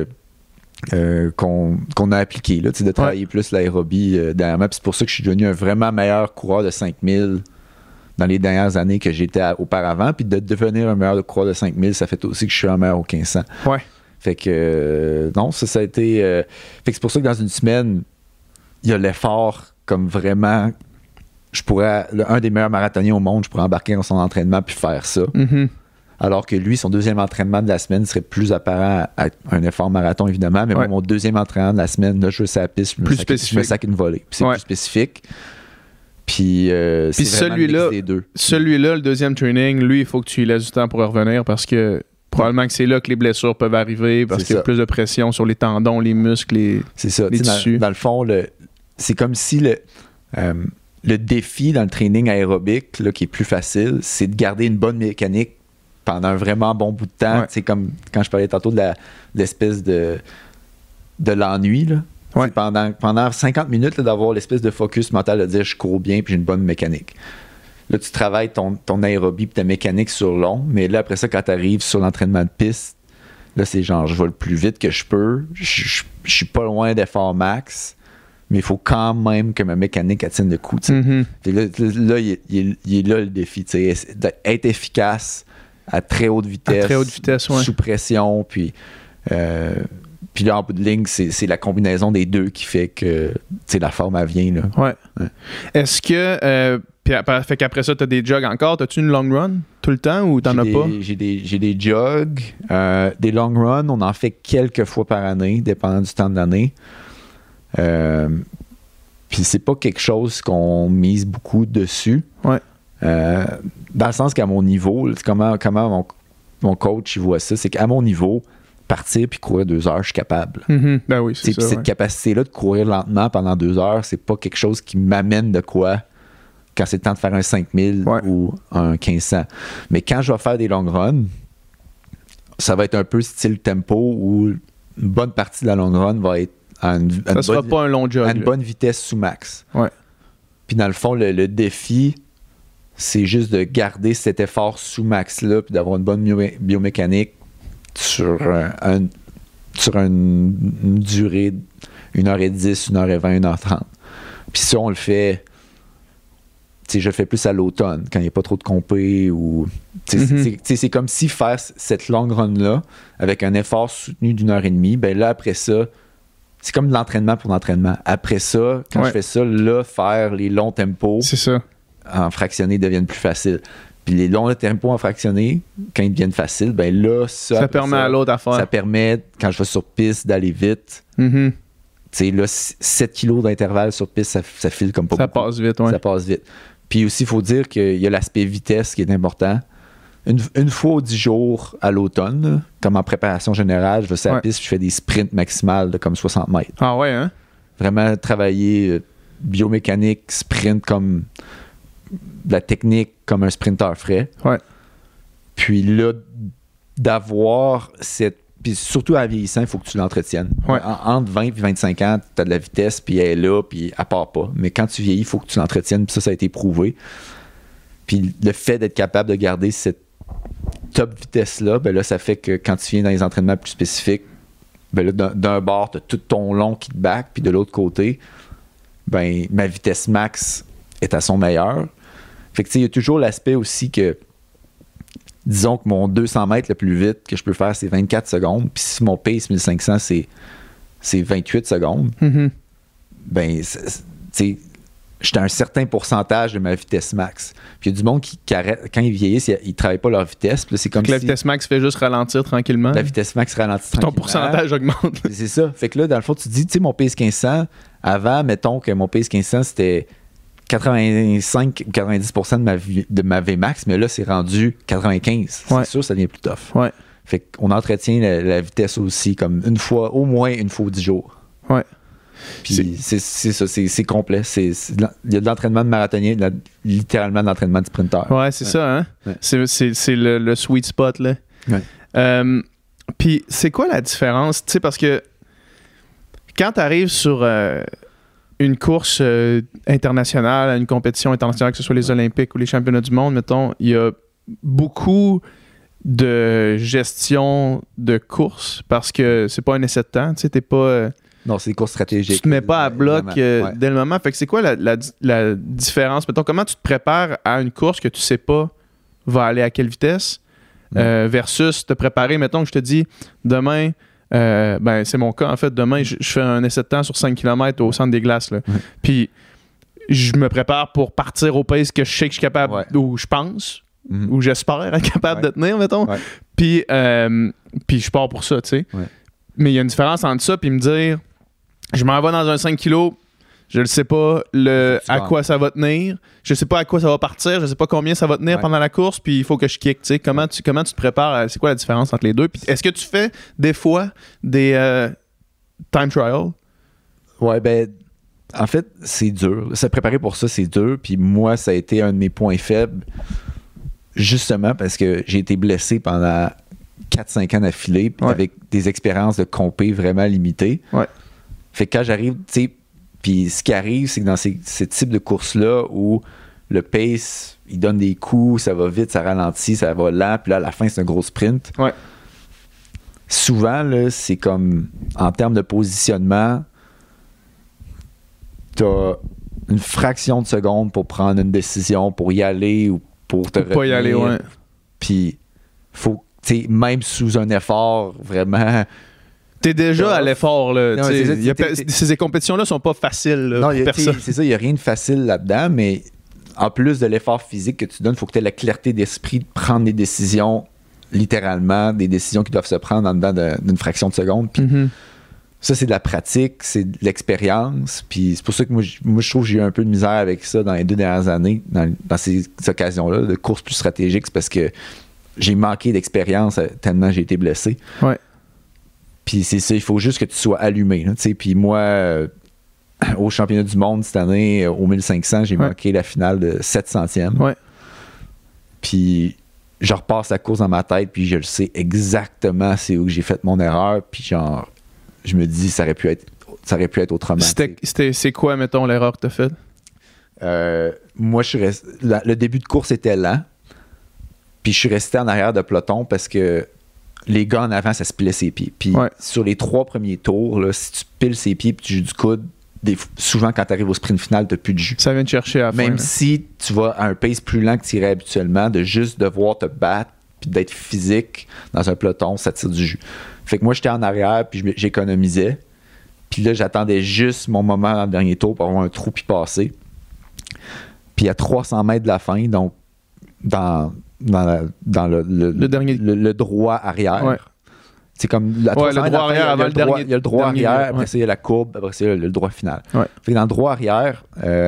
qu'on a appliquée, là, de travailler plus l'aérobie dernièrement. Puis c'est pour ça que je suis devenu un vraiment meilleur coureur de 5000 dans les dernières années que j'étais auparavant. Puis de devenir un meilleur coureur de 5000, ça fait aussi que je suis un meilleur au 1500. Fait que non, ça a été... fait que c'est pour ça que dans une semaine, il y a l'effort comme vraiment... un des meilleurs marathoniens au monde, je pourrais embarquer dans son entraînement puis faire ça. Alors que lui, son deuxième entraînement de la semaine serait plus apparent à un effort marathon, évidemment. Mais moi, mon deuxième entraînement de la semaine, là, je veux sur la piste, je me sac une volée. Puis c'est plus spécifique. Puis c'est celui-là, le deuxième training, lui, il faut que tu lui laisses du temps pour revenir parce que probablement que c'est là que les blessures peuvent arriver parce qu'il y a plus de pression sur les tendons, les muscles, les tissus. Dans le fond, c'est comme si le défi dans le training aérobique, là, qui est plus facile, c'est de garder une bonne mécanique pendant un vraiment bon bout de temps. C'est comme quand je parlais tantôt de l'espèce de l'ennui, là. Ouais. Pendant 50 minutes, là, d'avoir l'espèce de focus mental de dire je cours bien puis j'ai une bonne mécanique. Là, tu travailles ton aérobie et ta mécanique sur long, mais là, après ça, quand tu arrives sur l'entraînement de piste, là, c'est genre je vais le plus vite que je peux, je suis pas loin d'effort max, mais il faut quand même que ma mécanique tienne le coup. Mm-hmm. Là, il est là le défi, d'être efficace à très haute vitesse, sous pression, puis là, en bout de ligne, c'est la combinaison des deux qui fait que la forme, elle vient. Là. Ouais. Est-ce que... fait qu'après ça, tu as des jogs encore? As-tu une long run tout le temps ou t'en as pas? J'ai des jogs. Des long runs, on en fait quelques fois par année, dépendant du temps de l'année. Puis c'est pas quelque chose qu'on mise beaucoup dessus. Ouais. Dans le sens qu'à mon niveau, comment mon coach il voit ça, c'est qu'à mon niveau, partir puis courir 2 heures, je suis capable. Mm-hmm. Ben oui, c'est ça. Puis cette capacité-là de courir lentement pendant 2 heures, c'est pas quelque chose qui m'amène de quoi quand c'est le temps de faire un 5000 ou un 1500. Mais quand je vais faire des long runs, ça va être un peu style tempo où une bonne partie de la long run va être ça sera pas un long jog. À une bonne vitesse sous max. Ouais. Puis dans le fond, le défi, c'est juste de garder cet effort sous max-là puis d'avoir une bonne biomécanique sur une durée 1h10, 1h20, 1h30. Puis si on le fait, je le fais plus à l'automne, quand il n'y a pas trop de compé ou... C'est comme si faire cette long run-là avec un effort soutenu d'1h30, ben là, après ça, c'est comme de l'entraînement pour l'entraînement. Après ça, quand je fais ça, là, faire les longs tempos en fractionné deviennent plus faciles. Puis les longs tempos en fractionné, quand ils deviennent faciles, ben là, ça permet à l'autre à faire. Ça permet, quand je vais sur piste, d'aller vite. Mm-hmm. Tu sais, là, 7 kilos d'intervalle sur piste, ça file comme pas beaucoup. Ça passe vite, oui. Ça passe vite. Puis aussi, il faut dire qu'il y a l'aspect vitesse qui est important. Une fois aux 10 jours à l'automne, là, comme en préparation générale, je vais sur la piste, je fais des sprints maximales de comme 60 mètres. Ah ouais, hein? Vraiment travailler biomécanique, sprint comme de la technique comme un sprinter frais. Ouais. Puis là, d'avoir cette... Puis surtout en vieillissant, il faut que tu l'entretiennes. Ouais. Entre 20 et 25 ans, tu as de la vitesse, puis elle est là, puis elle part pas. Mais quand tu vieillis, il faut que tu l'entretiennes, puis ça a été prouvé. Puis le fait d'être capable de garder cette top vitesse-là, ben là, ça fait que quand tu viens dans les entraînements plus spécifiques, ben là, d'un bord, tu as tout ton long qui te back, puis de l'autre côté, ben ma vitesse max est à son meilleur. Fait que tu sais, il y a toujours l'aspect aussi que, disons que mon 200 mètres le plus vite que je peux faire, c'est 24 secondes, puis si mon pace 1500, c'est 28 secondes, ben, tu sais, j'étais à un certain pourcentage de ma vitesse max. Puis il y a du monde qui arrête, quand ils vieillissent, ils ne travaillent pas leur vitesse. Puis là, c'est comme la vitesse max fait juste ralentir tranquillement. La vitesse max ralentit tranquillement. Ton pourcentage augmente. C'est ça. Fait que là, dans le fond, tu te dis, tu sais, mon pace 1500, avant, mettons que mon pace 1500, c'était 85 ou 90% de ma Vmax, mais là, c'est rendu 95. C'est sûr, ça devient plus tough. Ouais. Fait qu'on entretient la vitesse aussi, comme au moins une fois aux 10 jours. Ouais. Puis c'est ça, c'est complet. Il y a de l'entraînement de marathonien, littéralement de l'entraînement de sprinter. Ouais, c'est ça, hein? Ouais. C'est le sweet spot, là. Ouais. Puis c'est quoi la différence? Tu sais, parce que quand tu arrives sur une course internationale, une compétition internationale, que ce soit les Olympiques ou les championnats du monde, mettons, il y a beaucoup de gestion de course parce que c'est pas un essai de temps. Tu sais, t'es pas... Non, c'est des courses stratégiques. Tu te mets pas à bloc dès le moment. Fait que c'est quoi la différence? Mettons, comment tu te prépares à une course que tu sais pas va aller à quelle vitesse versus te préparer, mettons que je te dis demain, ben c'est mon cas en fait, demain je fais un essai de temps sur 5 km au centre des glaces. Là. Puis je me prépare pour partir au pace que je sais que je suis capable, ou je pense. ou j'espère être capable de tenir, mettons. Ouais. Puis je pars pour ça, tu sais. Ouais. Mais il y a une différence entre ça puis me dire, je m'en vais dans un 5 kilos, je ne sais pas à quoi ça va tenir, je sais pas à quoi ça va partir, je sais pas combien ça va tenir pendant la course, puis il faut que je kick, tu sais. Comment tu te prépares, c'est quoi la différence entre les deux? Puis est-ce que tu fais des fois des time trials? Ouais, ben, en fait, c'est dur. Se préparer pour ça, c'est dur. Puis moi, ça a été un de mes points faibles, justement parce que j'ai été blessé pendant 4-5 ans d'affilée, puis avec des expériences de compé vraiment limitées. Ouais. Fait que quand j'arrive, tu sais, puis ce qui arrive, c'est que dans ces types de courses-là où le pace, il donne des coups, ça va vite, ça ralentit, ça va lent, puis là, à la fin, c'est un gros sprint. Ouais. Souvent, là, c'est comme, en termes de positionnement, t'as une fraction de seconde pour prendre une décision, pour y aller ou pour te retenir. Pas y aller, ouais. Puis, faut, tu sais, même sous un effort vraiment... T'es déjà à l'effort, là. Non, ces compétitions-là sont pas faciles là, non, pour personne. C'est ça, il n'y a rien de facile là-dedans, mais en plus de l'effort physique que tu donnes, il faut que tu aies la clarté d'esprit de prendre des décisions, littéralement, des décisions qui doivent se prendre en dedans d'une fraction de seconde. Puis ça, c'est de la pratique, c'est de l'expérience. Puis c'est pour ça que moi, je trouve que j'ai eu un peu de misère avec ça dans les 2 dernières années, dans ces occasions-là, de courses plus stratégiques, c'est parce que j'ai manqué d'expérience tellement j'ai été blessé. Ouais. Puis c'est ça, il faut juste que tu sois allumé. Puis moi, au championnat du monde cette année, au 1500, j'ai manqué la finale de 700e. Ouais. Puis je repasse la course dans ma tête, puis je le sais exactement c'est où j'ai fait mon erreur. Puis genre, je me dis, ça aurait pu être autrement. C'est quoi, mettons, l'erreur que t'as faite? Moi, le début de course était lent. Puis je suis resté en arrière de peloton parce que les gars en avant, ça se pilait ses pieds. Puis sur les 3 premiers tours, là, si tu piles ses pieds et tu joues du coude, souvent quand tu arrives au sprint final, tu n'as plus de jus. Ça vient te chercher à la fin. Même si tu vas à un pace plus lent que tu irais habituellement, de juste devoir te battre puis d'être physique dans un peloton, ça tire du jus. Fait que moi, j'étais en arrière puis j'économisais. Puis là, j'attendais juste mon moment dans le dernier tour pour avoir un trou puis passer. Puis à 300 mètres de la fin, donc dans le droit arrière. C'est comme le droit arrière avant le dernier. Il y a le droit arrière, après ça, il y a la courbe, après ça, il y a le droit final. Ouais. Fait que dans le droit arrière,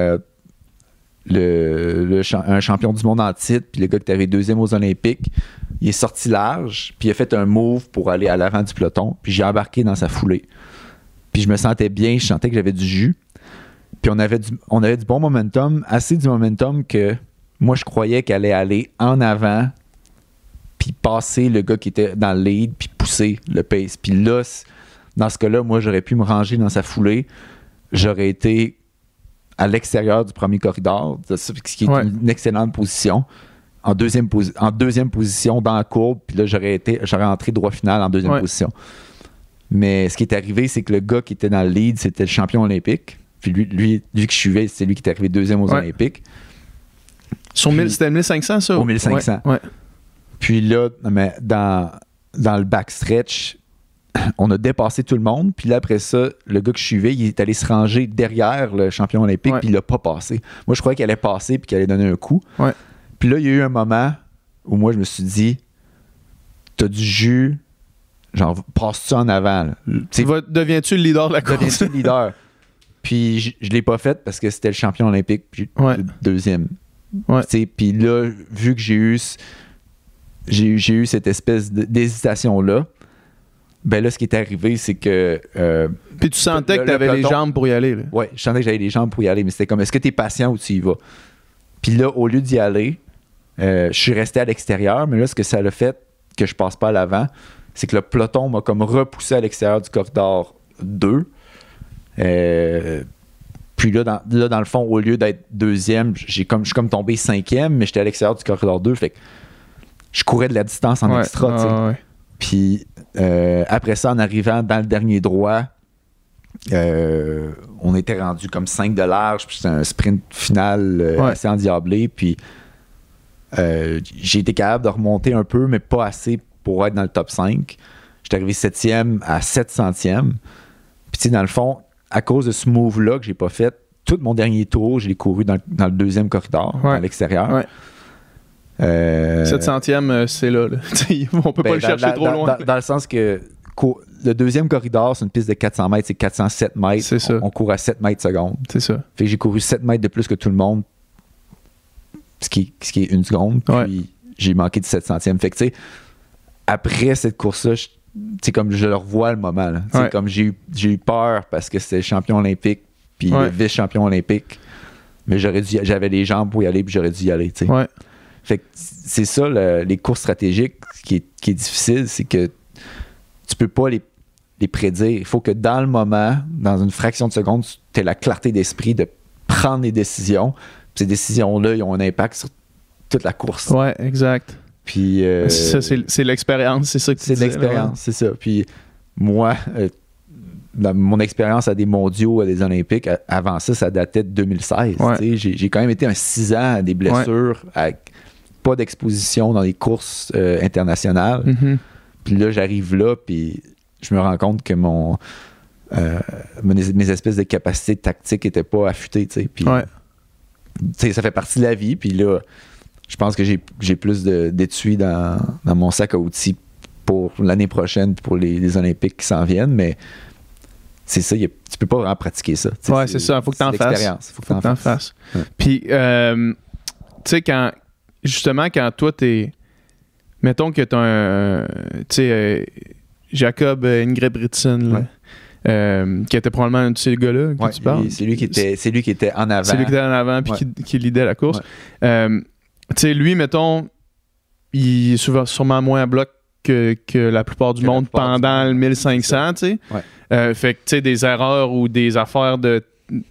un champion du monde en titre, puis le gars qui était 2e aux Olympiques, il est sorti large, puis il a fait un move pour aller à l'avant du peloton, puis j'ai embarqué dans sa foulée. Puis je me sentais bien, je sentais que j'avais du jus. Puis on avait du bon momentum, assez du momentum que moi, je croyais qu'elle allait aller en avant, puis passer le gars qui était dans le lead, puis pousser le pace. Puis là, dans ce cas-là, moi, j'aurais pu me ranger dans sa foulée. J'aurais été à l'extérieur du premier corridor, ce qui est une excellente position. En deuxième position dans la courbe, puis là, j'aurais entré droit final en deuxième position. Mais ce qui est arrivé, c'est que le gars qui était dans le lead, c'était le champion olympique. Puis lui que je suivais, c'est lui qui est arrivé 2e aux Olympiques. C'était 1500, ça? Au 1500. Ouais. Puis là, dans le backstretch, on a dépassé tout le monde. Puis là, après ça, le gars que je suivais, il est allé se ranger derrière le champion olympique, puis il l'a pas passé. Moi, je croyais qu'il allait passer puis qu'il allait donner un coup. Ouais. Puis là, il y a eu un moment où moi, je me suis dit, t'as du jus, genre, passe-tu en avant? Deviens-tu le leader de la course? Deviens-tu le leader? Puis je l'ai pas fait parce que c'était le champion olympique, puis le 2e. Ouais. Puis là, vu que j'ai eu cette espèce d'hésitation-là, ben là, ce qui est arrivé, c'est que... puis tu sentais que tu avais les jambes pour y aller. Oui, je sentais que j'avais les jambes pour y aller, mais c'était comme, est-ce que tu es patient ou tu y vas? Puis là, au lieu d'y aller, je suis resté à l'extérieur, mais là, ce que ça a fait que je passe pas à l'avant, c'est que le peloton m'a comme repoussé à l'extérieur du corridor 2. Puis là, dans le fond, au lieu d'être 2e, je suis comme tombé 5e, mais j'étais à l'extérieur du corridor 2. Fait que je courais de la distance en extra. Puis après ça, en arrivant dans le dernier droit, on était rendu comme 5 de large. Puis c'était un sprint final assez endiablé. Puis j'ai été capable de remonter un peu, mais pas assez pour être dans le top 5. J'étais arrivé 7e à 700e. Puis tu sais, dans le fond, à cause de ce move-là que j'ai pas fait, tout mon dernier tour, je l'ai couru dans le 2e corridor, à l'extérieur. 700e, c'est là. On peut pas le chercher trop loin. Dans le sens que le deuxième corridor, c'est une piste de 400 mètres, c'est 407 mètres. C'est ça. On court à 7 mètres secondes. C'est ça. Fait que j'ai couru 7 mètres de plus que tout le monde, ce qui est une seconde, puis j'ai manqué de 700e. Fait que, tu sais, après cette course-là, comme je le revois le moment. Là. Comme j'ai eu peur parce que c'était le champion olympique, puis le vice-champion olympique, mais j'avais les jambes pour y aller, puis j'aurais dû y aller. Ouais. Fait que c'est ça, les courses stratégiques, qui est difficile, c'est que tu peux pas les prédire. Il faut que dans le moment, dans une fraction de seconde, tu aies la clarté d'esprit de prendre des décisions. Puis ces décisions-là, ils ont un impact sur toute la course. Ouais, exact. Puis ça, c'est l'expérience, c'est ça que tu dis. C'est l'expérience, c'est ça. Puis moi, dans mon expérience à des mondiaux, à des olympiques, avant ça datait de 2016. Ouais. J'ai quand même été 6 ans à des blessures, avec pas d'exposition dans les courses internationales. Mm-hmm. Puis là, j'arrive là, puis je me rends compte que mes espèces de capacités tactiques n'étaient pas affûtées. Puis ça fait partie de la vie. Puis là, je pense que j'ai plus d'étui dans mon sac à outils pour l'année prochaine, pour les Olympiques qui s'en viennent, mais c'est ça, tu peux pas vraiment pratiquer ça. Ouais, c'est ça, il faut que tu en fasses. Faut que tu en fasses. Ouais. Puis, tu sais, quand toi, t'es... Mettons que t'as tu sais, Jacob Ingebrigtsen, qui était probablement le gars-là que tu parles. C'est lui qui était en avant. C'est lui qui était en avant puis qui lidait la course. Tu sais, lui, mettons, il est sûrement moins à bloc que la plupart du monde pendant le 1500, tu sais. Ouais. Fait que, tu sais, des erreurs ou des affaires de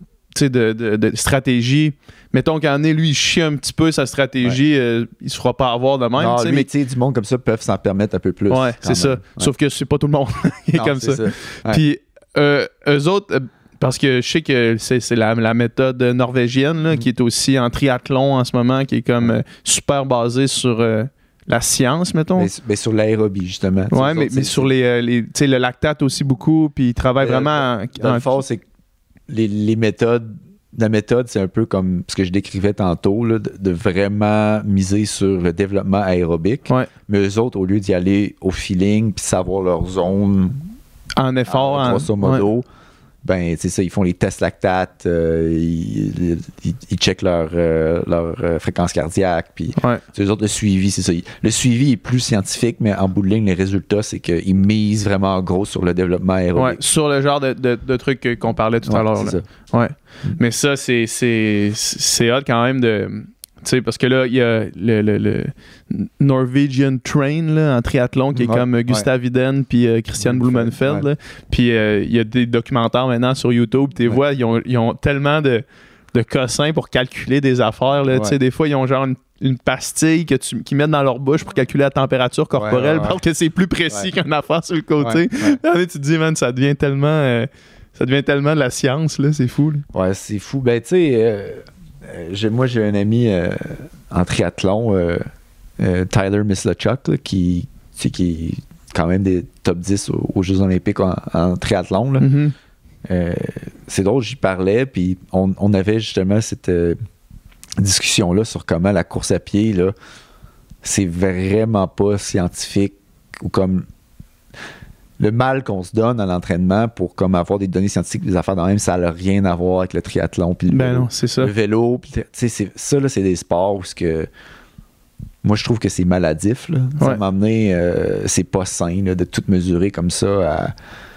stratégie. Mettons qu'en est, lui, il chie un petit peu sa stratégie, il se fera pas avoir de même. Non, lui, mais tu sais, du monde comme ça peuvent s'en permettre un peu plus. Ouais, c'est ça. Ouais. Sauf que c'est pas tout le monde qui est comme ça. Ouais. Puis, eux autres, parce que je sais que c'est la méthode norvégienne là, qui est aussi en triathlon en ce moment, qui est comme super basée sur la science, mettons. Mais sur l'aérobie, justement. Ouais, mais sur le lactate aussi beaucoup, puis ils travaillent vraiment... Dans le fond, c'est que les méthodes... La méthode, c'est un peu comme ce que je décrivais tantôt, là, de vraiment miser sur le développement aérobique. Ouais. Mais eux autres, au lieu d'y aller au feeling puis savoir leur zone en effort, grosso modo, ben, c'est ça, ils font les tests lactates, ils checkent leur fréquence cardiaque, puis eux autres, le suivi, c'est ça. Le suivi est plus scientifique, mais en bout de ligne, les résultats, c'est qu'ils misent vraiment gros sur le développement aérobique. Ouais, sur le genre de trucs qu'on parlait tout à l'heure. C'est là. Ça. Ouais. Mais ça, c'est hot quand même de... Tu sais, parce que là, il y a le Norwegian Train là, en triathlon qui est comme Gustav Iden puis Christian Blumenfeld. Puis il y a des documentaires maintenant sur YouTube. Tu vois, ils ont tellement de cossins pour calculer des affaires. Là. Tu sais, des fois, ils ont genre une pastille qu'ils mettent dans leur bouche pour calculer la température corporelle parce que c'est plus précis qu'une affaire sur le côté. Tu te dis, man, ça devient tellement de la science. Là, c'est fou. Là. Ouais, c'est fou. Ben, tu sais... moi, j'ai un ami en triathlon, Tyler Mislachuk, là, qui est quand même des top 10 aux Jeux olympiques en triathlon. Là. Mm-hmm. C'est drôle, j'y parlais, puis on avait justement cette discussion-là sur comment la course à pied, là, c'est vraiment pas scientifique ou comme... Le mal qu'on se donne à l'entraînement pour comme avoir des données scientifiques, des affaires de même, ça n'a rien à voir avec le triathlon. Puis non, c'est ça. Le vélo. Ça, là, c'est des sports où moi, je trouve que c'est maladif. Là. Ça m'a amené, c'est pas sain là, de tout mesurer comme ça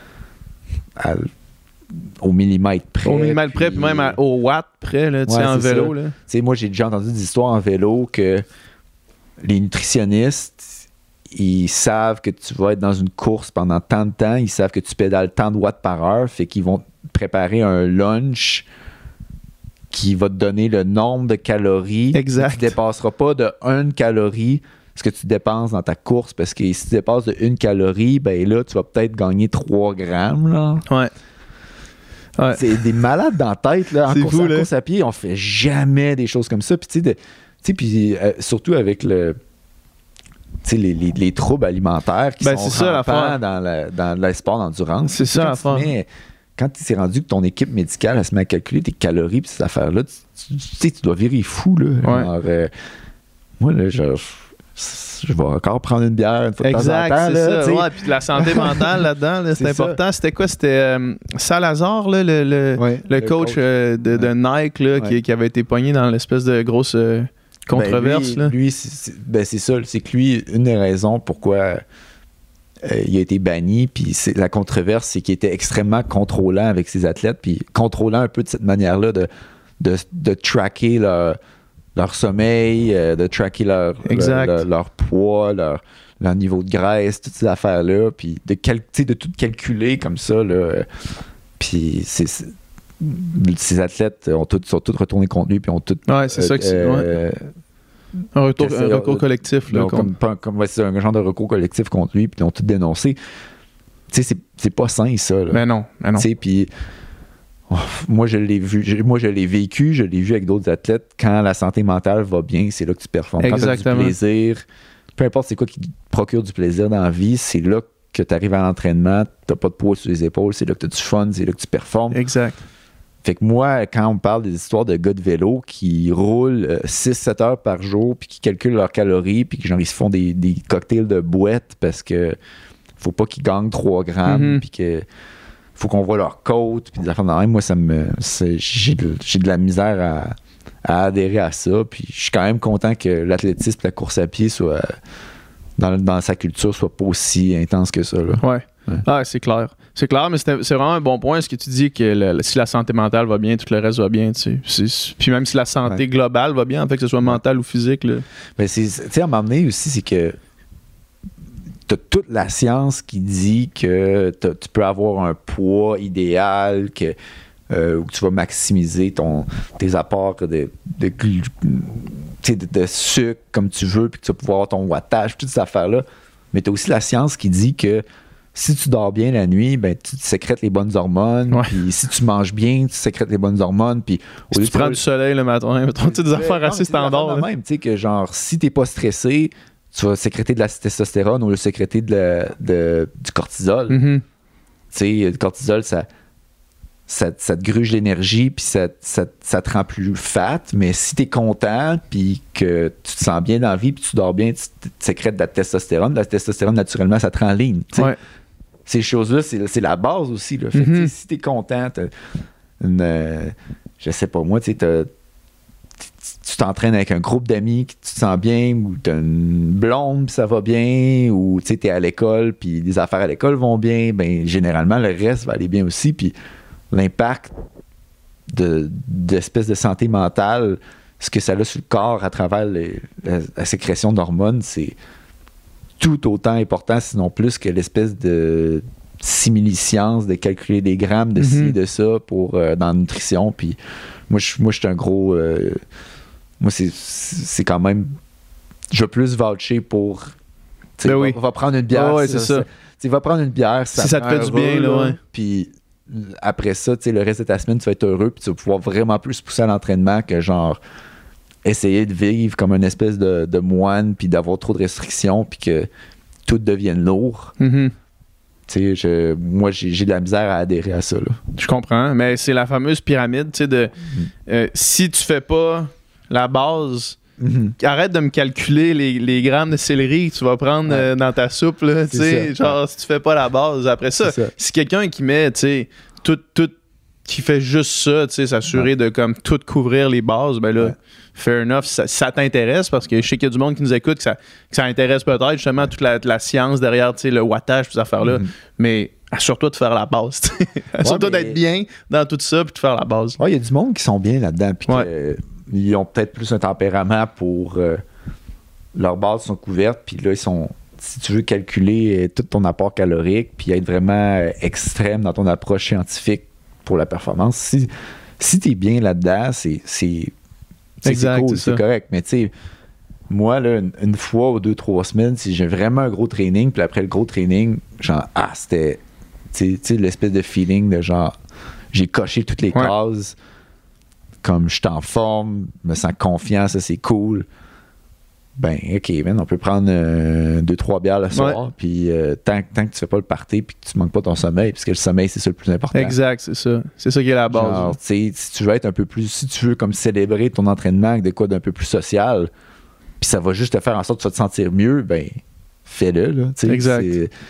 au millimètre près. Au millimètre près, puis même au watt près, là, en vélo. Là. Moi, j'ai déjà entendu des histoires en vélo que les nutritionnistes, ils savent que tu vas être dans une course pendant tant de temps, ils savent que tu pédales tant de watts par heure, fait qu'ils vont préparer un lunch qui va te donner le nombre de calories. Exact. Tu ne dépasseras pas de 1 calorie ce que tu dépenses dans ta course, parce que si tu dépasses de 1 calorie, ben là, tu vas peut-être gagner 3 grammes. Là. Ouais. C'est des malades dans la tête. Là. En course à pied, on fait jamais des choses comme ça. Puis surtout avec les troubles alimentaires qui sont rampants dans le sport d'endurance. C'est ça l'affaire. Quand tu t'es rendu que ton équipe médicale elle se met à calculer tes calories et ces affaires-là, tu dois virer fou. Là. Ouais. moi, là, je vais encore prendre une bière une fois de temps en temps. C'est là, ça. Ouais, puis la santé mentale là-dedans, là, c'est important. Ça. C'était quoi? C'était Salazar, là, le coach de Nike là, qui avait été pogné dans l'espèce de grosse controverse. Lui, c'est ça. C'est que lui, une des raisons pourquoi il a été banni, puis la controverse, c'est qu'il était extrêmement contrôlant avec ses athlètes, puis contrôlant un peu de cette manière-là de tracker leur sommeil, de tracker leur poids, leur niveau de graisse, toutes ces affaires-là, puis de tout calculer comme ça. Là. Puis ces athlètes sont tous retournés contre lui, puis ont tous... Ouais, c'est ça que c'est... Un recours collectif. Là, c'est un genre de recours collectif contre lui, puis ils ont tout dénoncé. Tu sais, c'est pas sain, ça. Là. Mais non. Tu sais, puis... moi, je l'ai vécu, je l'ai vu avec d'autres athlètes. Quand la santé mentale va bien, c'est là que tu performes. Exactement. Quand tu as du plaisir, peu importe c'est quoi qui te procure du plaisir dans la vie, c'est là que tu arrives à l'entraînement, tu n'as pas de poids sur les épaules, c'est là que tu as du fun, c'est là que tu performes. Exact. Fait que moi, quand on me parle des histoires de gars de vélo qui roulent 6-7 heures par jour, puis qui calculent leurs calories, puis genre ils se font des cocktails de boîte parce que faut pas qu'ils gagnent 3 grammes, puis que faut qu'on voit leur côte, puis des affaires de même. Moi, j'ai de la misère à adhérer à ça, puis je suis quand même content que l'athlétisme et la course à pied soit dans sa culture soit pas aussi intense que ça. Là. Ouais. Ah, c'est clair. C'est clair, mais c'est vraiment un bon point ce que tu dis que si la santé mentale va bien, tout le reste va bien. Tu sais. Puis même si la santé globale va bien, en fait, que ce soit mentale ou physique. Là. Mais tu sais, à m'emmener aussi, c'est que t'as toute la science qui dit que tu peux avoir un poids idéal, où tu vas maximiser tes apports de sucre comme tu veux, puis que tu vas pouvoir avoir ton wattage, toutes ces affaires-là. Mais tu as aussi la science qui dit que si tu dors bien la nuit, ben tu sécrètes les bonnes hormones. Puis si tu manges bien, tu sécrètes les bonnes hormones. Puis si tu prends du soleil le matin, des affaires assez standards. Même, tu sais, que genre, si t'es pas stressé, tu vas sécréter de la testostérone ou sécréter du cortisol. Tu sais, le cortisol, ça te gruge l'énergie, puis ça te rend plus fat. Mais si t'es content, puis que tu te sens bien dans la vie, puis tu dors bien, tu sécrètes de la testostérone. La testostérone, naturellement, ça te rend lean. Ces choses-là, c'est la base aussi. Là. Fait que, si t'es content, je sais pas moi, tu t'entraînes avec un groupe d'amis, que tu te sens bien, ou t'as une blonde, puis ça va bien, ou t'es à l'école, puis les affaires à l'école vont bien, ben généralement, le reste va aller bien aussi. Puis l'impact d'espèce de santé mentale, ce que ça a sur le corps à travers la sécrétion d'hormones, c'est tout autant important, sinon plus que l'espèce de simili-science de calculer des grammes de ci, de ça pour dans la nutrition. Puis moi, je suis un gros... moi, c'est quand même... Je veux plus voucher pour... Va prendre une bière. c'est ça. Va prendre une bière. Si ça te fait du bien, là, puis après ça, le reste de ta semaine, tu vas être heureux, puis tu vas pouvoir vraiment plus pousser à l'entraînement que genre essayer de vivre comme une espèce de moine, puis d'avoir trop de restrictions, puis que tout devienne lourd. Moi, j'ai de la misère à adhérer à ça. Là. Je comprends, mais c'est la fameuse pyramide, si tu fais pas la base... Arrête de me calculer les grammes de céleri que tu vas prendre dans ta soupe. Là, si tu fais pas la base. Après ça, si quelqu'un qui met tout qui fait juste ça, s'assurer de comme tout couvrir les bases, ben là, fair enough, ça t'intéresse parce que je sais qu'il y a du monde qui nous écoute que ça intéresse peut-être justement toute la science derrière le wattage et ces affaires-là. Mais assure-toi de faire la base. Assure-toi d'être bien dans tout ça puis de faire la base. Il y a du monde qui sont bien là-dedans. Puis ils ont peut-être plus un tempérament pour leurs bases sont couvertes, puis là, ils sont, si tu veux calculer tout ton apport calorique, puis être vraiment extrême dans ton approche scientifique pour la performance, si tu es bien là-dedans, c'est cool, c'est correct. Mais tu sais, moi, là, une fois ou 2-3 semaines, si j'ai vraiment un gros training, puis après le gros training, genre, c'était, tu sais, l'espèce de feeling de genre, j'ai coché toutes les cases, comme je suis en forme, me sens confiant, ça c'est cool. Ben, OK, on peut prendre 2-3 bières le soir, puis tant que tu fais pas le party, puis que tu manques pas ton sommeil, parce que le sommeil, c'est ça le plus important. Exact, c'est ça. C'est ça qui est la base. Genre, si tu veux être un peu plus, si tu veux comme célébrer ton entraînement avec de quoi d'un peu plus social, puis ça va juste te faire en sorte que tu vas te sentir mieux, ben fais-le. Là, exact.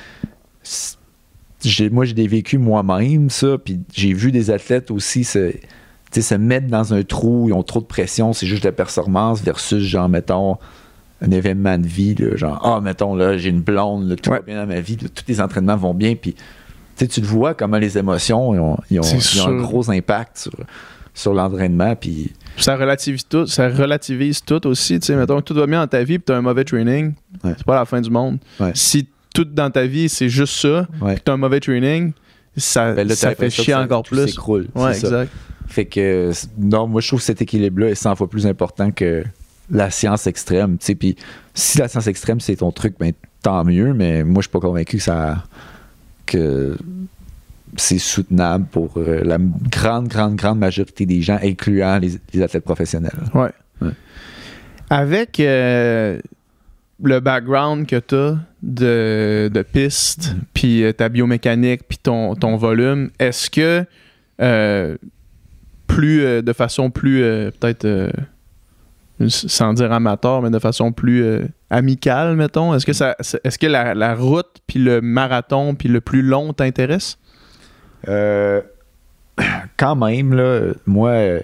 Moi, j'ai vécu moi-même ça, puis j'ai vu des athlètes aussi se mettre dans un trou, ils ont trop de pression, c'est juste de la performance versus, genre, mettons, un événement de vie, là, genre, mettons, là, j'ai une blonde, là, tout va bien dans ma vie, là, tous les entraînements vont bien, puis tu le vois comment les émotions, ils ont un gros impact sur l'entraînement, puis... Ça relativise tout aussi, tu sais, mettons que tout va bien dans ta vie, puis tu as un mauvais training, c'est pas la fin du monde. Ouais. Si tout dans ta vie, c'est juste ça, puis tu as un mauvais training, ça fait chier encore plus. S'écroule, ouais, c'est exact. Ça. Fait que, non, moi, je trouve que cet équilibre-là est 100 fois plus important que la science extrême, tu sais, puis si la science extrême, c'est ton truc, ben tant mieux, mais moi, je suis pas convaincu que c'est soutenable pour la grande majorité des gens, incluant les athlètes professionnels. Ouais. Avec le background que tu as de piste, puis ta biomécanique, puis ton volume, est-ce que de façon plus peut-être sans dire amateur, mais de façon plus amicale, mettons, est-ce que la route puis le marathon puis le plus long t'intéresse? Quand même, là, moi,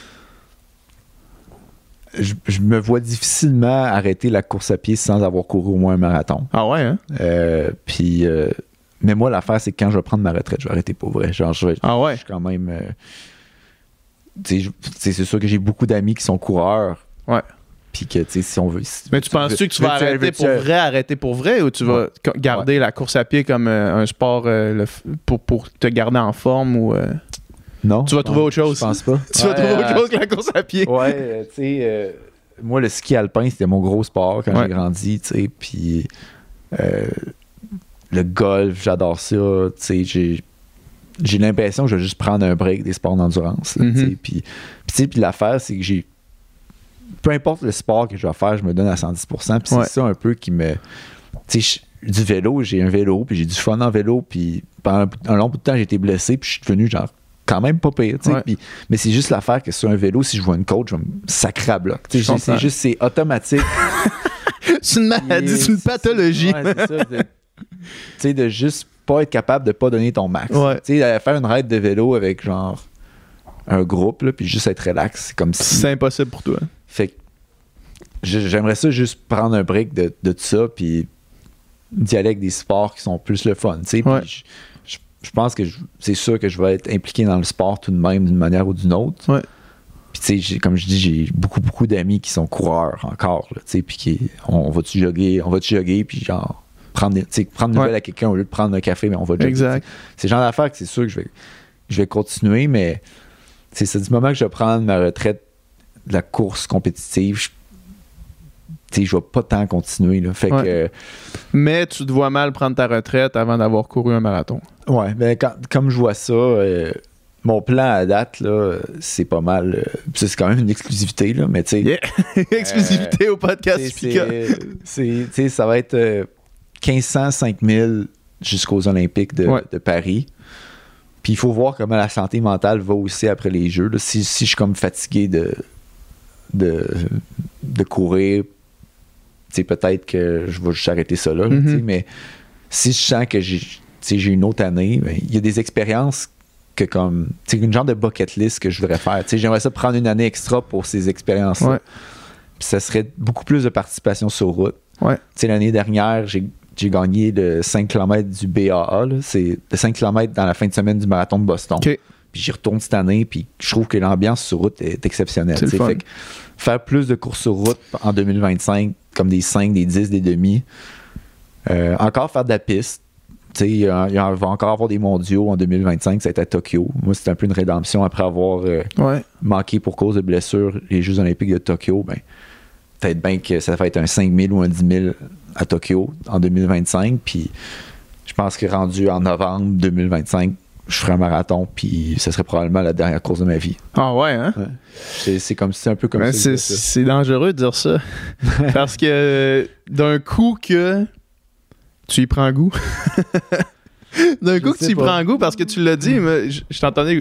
je me vois difficilement arrêter la course à pied sans avoir couru au moins un marathon. Ah ouais, hein? Mais moi, l'affaire, c'est que quand je vais prendre ma retraite, je vais arrêter pour vrai. Genre, je suis quand même... c'est sûr que j'ai beaucoup d'amis qui sont coureurs. Ouais. Puis que, tu sais, si on veut... Mais tu penses-tu que tu vas arrêter pour vrai, ou tu vas garder la course à pied comme un sport pour te garder en forme, ou... Non. Tu vas trouver autre chose. Je pense pas. Tu vas trouver autre chose que la course à pied. Ouais, tu sais, moi, le ski alpin, c'était mon gros sport quand j'ai grandi, tu sais, puis le golf, j'adore ça, tu sais, j'ai l'impression que je vais juste prendre un break des sports d'endurance, tu sais, puis l'affaire, c'est que peu importe le sport que je vais faire, je me donne à 110%, puis c'est ça un peu qui me... Tu sais, du vélo, j'ai un vélo, puis j'ai du fun en vélo, puis pendant un long bout de temps, j'ai été blessé, puis je suis devenu genre quand même pas pire, tu sais, mais c'est juste l'affaire que sur un vélo, si je vois une côte, je vais me sacrer à bloc. C'est automatique. C'est une maladie, c'est une pathologie. Ouais, c'est ça. Tu sais, de juste pas être capable de pas donner ton max. Ouais. Tu sais, faire une ride de vélo avec genre un groupe, là, puis juste être relax, c'est comme si... C'est impossible pour toi. Fait que j'aimerais ça juste prendre un break de tout ça, puis d'y aller avec des sports qui sont plus le fun, tu sais, puis je pense que c'est sûr que je vais être impliqué dans le sport tout de même d'une manière ou d'une autre. Ouais. Puis tu sais, comme je dis, j'ai beaucoup d'amis qui sont coureurs encore, tu sais, puis on va-tu jogger, puis genre prendre une nouvelle à quelqu'un au lieu de prendre un café, mais on va jogger. Exact. C'est le genre d'affaire que c'est sûr que je vais continuer, mais c'est du moment que je vais prendre ma retraite de la course compétitive, je vais pas tant continuer. Là. Fait que, mais tu te vois mal prendre ta retraite avant d'avoir couru un marathon. Ouais, ben comme je vois ça, mon plan à date, là, c'est pas mal. C'est quand même une exclusivité, là, mais tu sais. Exclusivité au podcast Pika. Ça va être 1500, 5000 jusqu'aux Olympiques de Paris. Puis il faut voir comment la santé mentale va aussi après les Jeux. Là. Si je suis comme fatigué de courir, peut-être que je vais juste arrêter ça là. Mais si je sens que j'ai une autre année, il y a des expériences que comme une genre de bucket list que je voudrais faire. J'aimerais ça prendre une année extra pour ces expériences-là. Ouais. Puis ça serait beaucoup plus de participation sur route. Ouais. L'année dernière, j'ai gagné le 5 km du BAA. Là. C'est le 5 km dans la fin de semaine du marathon de Boston. Okay. Puis j'y retourne cette année, puis je trouve que l'ambiance sur route est exceptionnelle. Fait que faire plus de courses sur route en 2025, comme des 5, des 10, des demi. Encore faire de la piste. Il va encore avoir des mondiaux en 2025, ça va être à Tokyo. Moi, c'est un peu une rédemption après avoir manqué pour cause de blessure les Jeux olympiques de Tokyo. Ben, peut-être bien que ça va être un 5 000 ou un 10 000 à Tokyo en 2025. Puis je pense que rendu en novembre 2025, je ferai un marathon, puis ce serait probablement la dernière course de ma vie. Ah ouais, hein? Ouais. C'est un peu comme ça. C'est dangereux de dire ça. Parce que d'un coup que tu y prends goût. D'un coup que tu y prends goût, parce que tu l'as dit, mais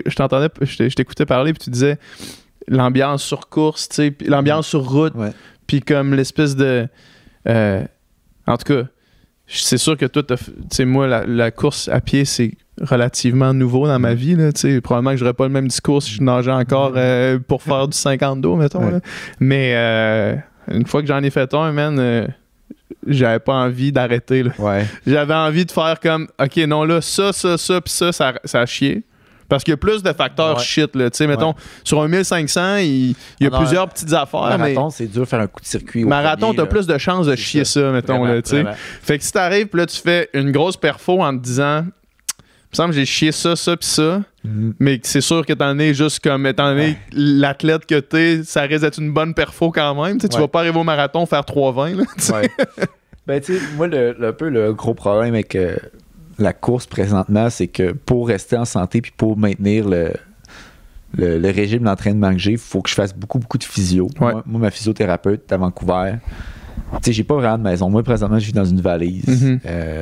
je t'écoutais parler, puis tu disais l'ambiance sur course, l'ambiance sur route. Ouais. puis comme l'espèce de... en tout cas, c'est sûr que toi, tu sais, moi, la course à pied, c'est relativement nouveau dans ma vie, là, tu sais. Probablement que j'aurais pas le même discours si je nageais encore pour faire du 50 dos, mettons, là. Mais une fois que j'en ai fait un, man... j'avais pas envie d'arrêter, là. Ouais. J'avais envie de faire comme, OK, non, là, ça, puis ça a chié. Parce qu'il y a plus de facteurs shit, là. Tu sais, mettons, sur un 1500, il y a plusieurs petites affaires. Marathon, c'est dur de faire un coup de circuit. Marathon, t'as plus de chances de chier ça, mettons, là, tu sais. Fait que si t'arrives, puis là, tu fais une grosse perfo en te disant, il me semble que j'ai chié ça, puis ça. Mais c'est sûr qu'étant donné, juste comme, étant donné l'athlète que t'es, ça risque d'être une bonne perfo quand même. Tu sais, tu vas pas arriver au marathon faire 3,20, là. Ouais. Ben, tu sais, moi, le gros problème avec la course présentement, c'est que pour rester en santé puis pour maintenir le régime d'entraînement que j'ai, il faut que je fasse beaucoup de physio. Ouais. Moi, ma physiothérapeute est à Vancouver. Tu sais, j'ai pas vraiment de maison. Moi, présentement, je vis dans une valise.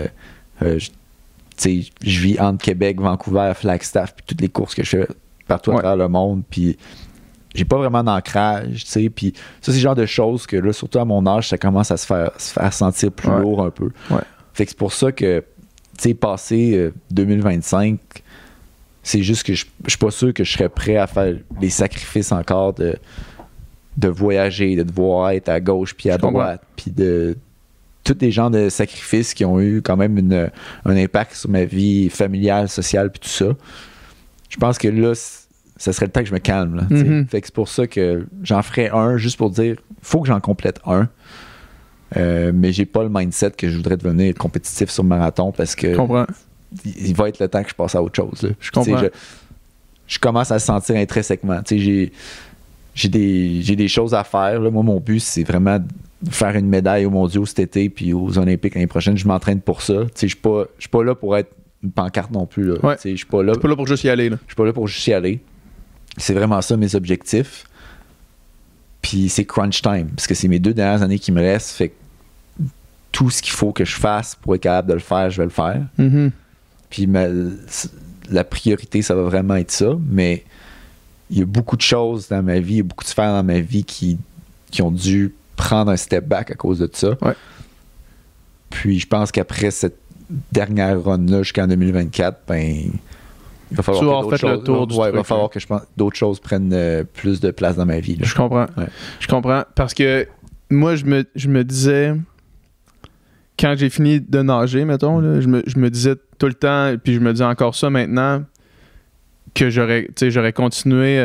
Je vis entre Québec, Vancouver, Flagstaff, puis toutes les courses que je fais partout à travers le monde. Puis j'ai pas vraiment d'ancrage, tu sais. Puis ça, c'est le genre de choses que, là, surtout à mon âge, ça commence à se faire sentir plus lourd un peu. Ouais. Fait que c'est pour ça que, tu sais, passé 2025, c'est juste que je suis pas sûr que je serais prêt à faire les sacrifices encore de voyager, de devoir être à gauche puis à droite, puis de tous les genres de sacrifices qui ont eu quand même un impact sur ma vie familiale, sociale, puis tout ça. Je pense que là, ça serait le temps que je me calme. Là, fait que c'est pour ça que j'en ferai un, juste pour dire, faut que j'en complète un. Mais j'ai pas le mindset que je voudrais devenir compétitif sur le marathon parce que il va être le temps que je passe à autre chose. Là. Je comprends. Je commence à le sentir intrinsèquement. J'ai des choses à faire. Là. Moi, mon but, c'est vraiment de faire une médaille aux mondiaux cet été puis aux Olympiques l'année prochaine. Je m'entraîne pour ça. Je suis pas là pour être une pancarte non plus. Je suis pas là pour juste y aller. Je suis pas là pour juste y aller. C'est vraiment ça mes objectifs. Puis c'est crunch time parce que c'est mes 2 dernières années qui me restent. Fait que tout ce qu'il faut que je fasse pour être capable de le faire, je vais le faire. Puis la priorité, ça va vraiment être ça. Mais il y a beaucoup de choses dans ma vie, il y a beaucoup de sphères dans ma vie qui ont dû prendre un step back à cause de ça. Ouais. Puis je pense qu'après cette dernière run-là jusqu'en 2024, ben il va falloir que d'autres choses, le tour du il va falloir que je pense d'autres choses prennent plus de place dans ma vie. Là. Je comprends. Ouais. Je comprends. Parce que moi, je me disais, quand j'ai fini de nager, mettons, là, je me disais tout le temps, puis je me dis encore ça maintenant, que j'aurais continué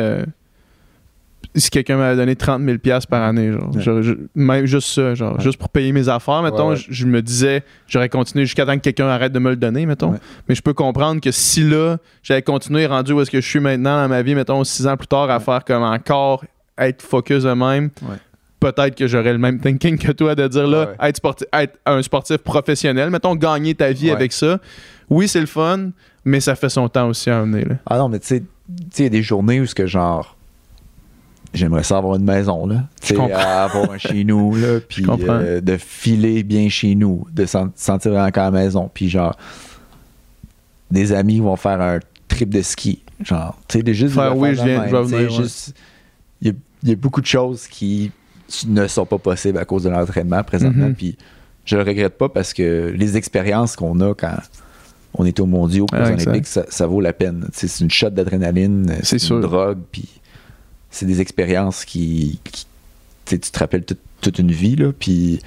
si quelqu'un m'avait donné 30 000 $ par année, même juste ça, juste pour payer mes affaires, mettons, je me disais, j'aurais continué jusqu'à temps que quelqu'un arrête de me le donner, mettons. Ouais. Mais je peux comprendre que si là, j'avais continué rendu où est-ce que je suis maintenant dans ma vie, mettons, 6 ans plus tard, à faire comme encore être focus de même, peut-être que j'aurais le même thinking que toi de dire là, être un sportif professionnel, mettons, gagner ta vie avec ça. Oui, c'est le fun, mais ça fait son temps aussi à amener. Là. Ah non, mais tu sais, il y a des journées où j'aimerais ça avoir une maison, là. Avoir un chez nous, là, puis de filer bien chez nous, de sentir encore à la maison. Puis des amis vont faire un trip de ski. Tu sais, juste il y a beaucoup de choses qui ne sont pas possibles à cause de l'entraînement présentement. Puis je le regrette pas parce que les expériences qu'on a quand on est aux mondiaux, aux Olympiques, ça vaut la peine. T'sais, c'est une shot d'adrénaline, c'est une drogue, puis c'est des expériences qui tu te rappelles toute une vie, là, puis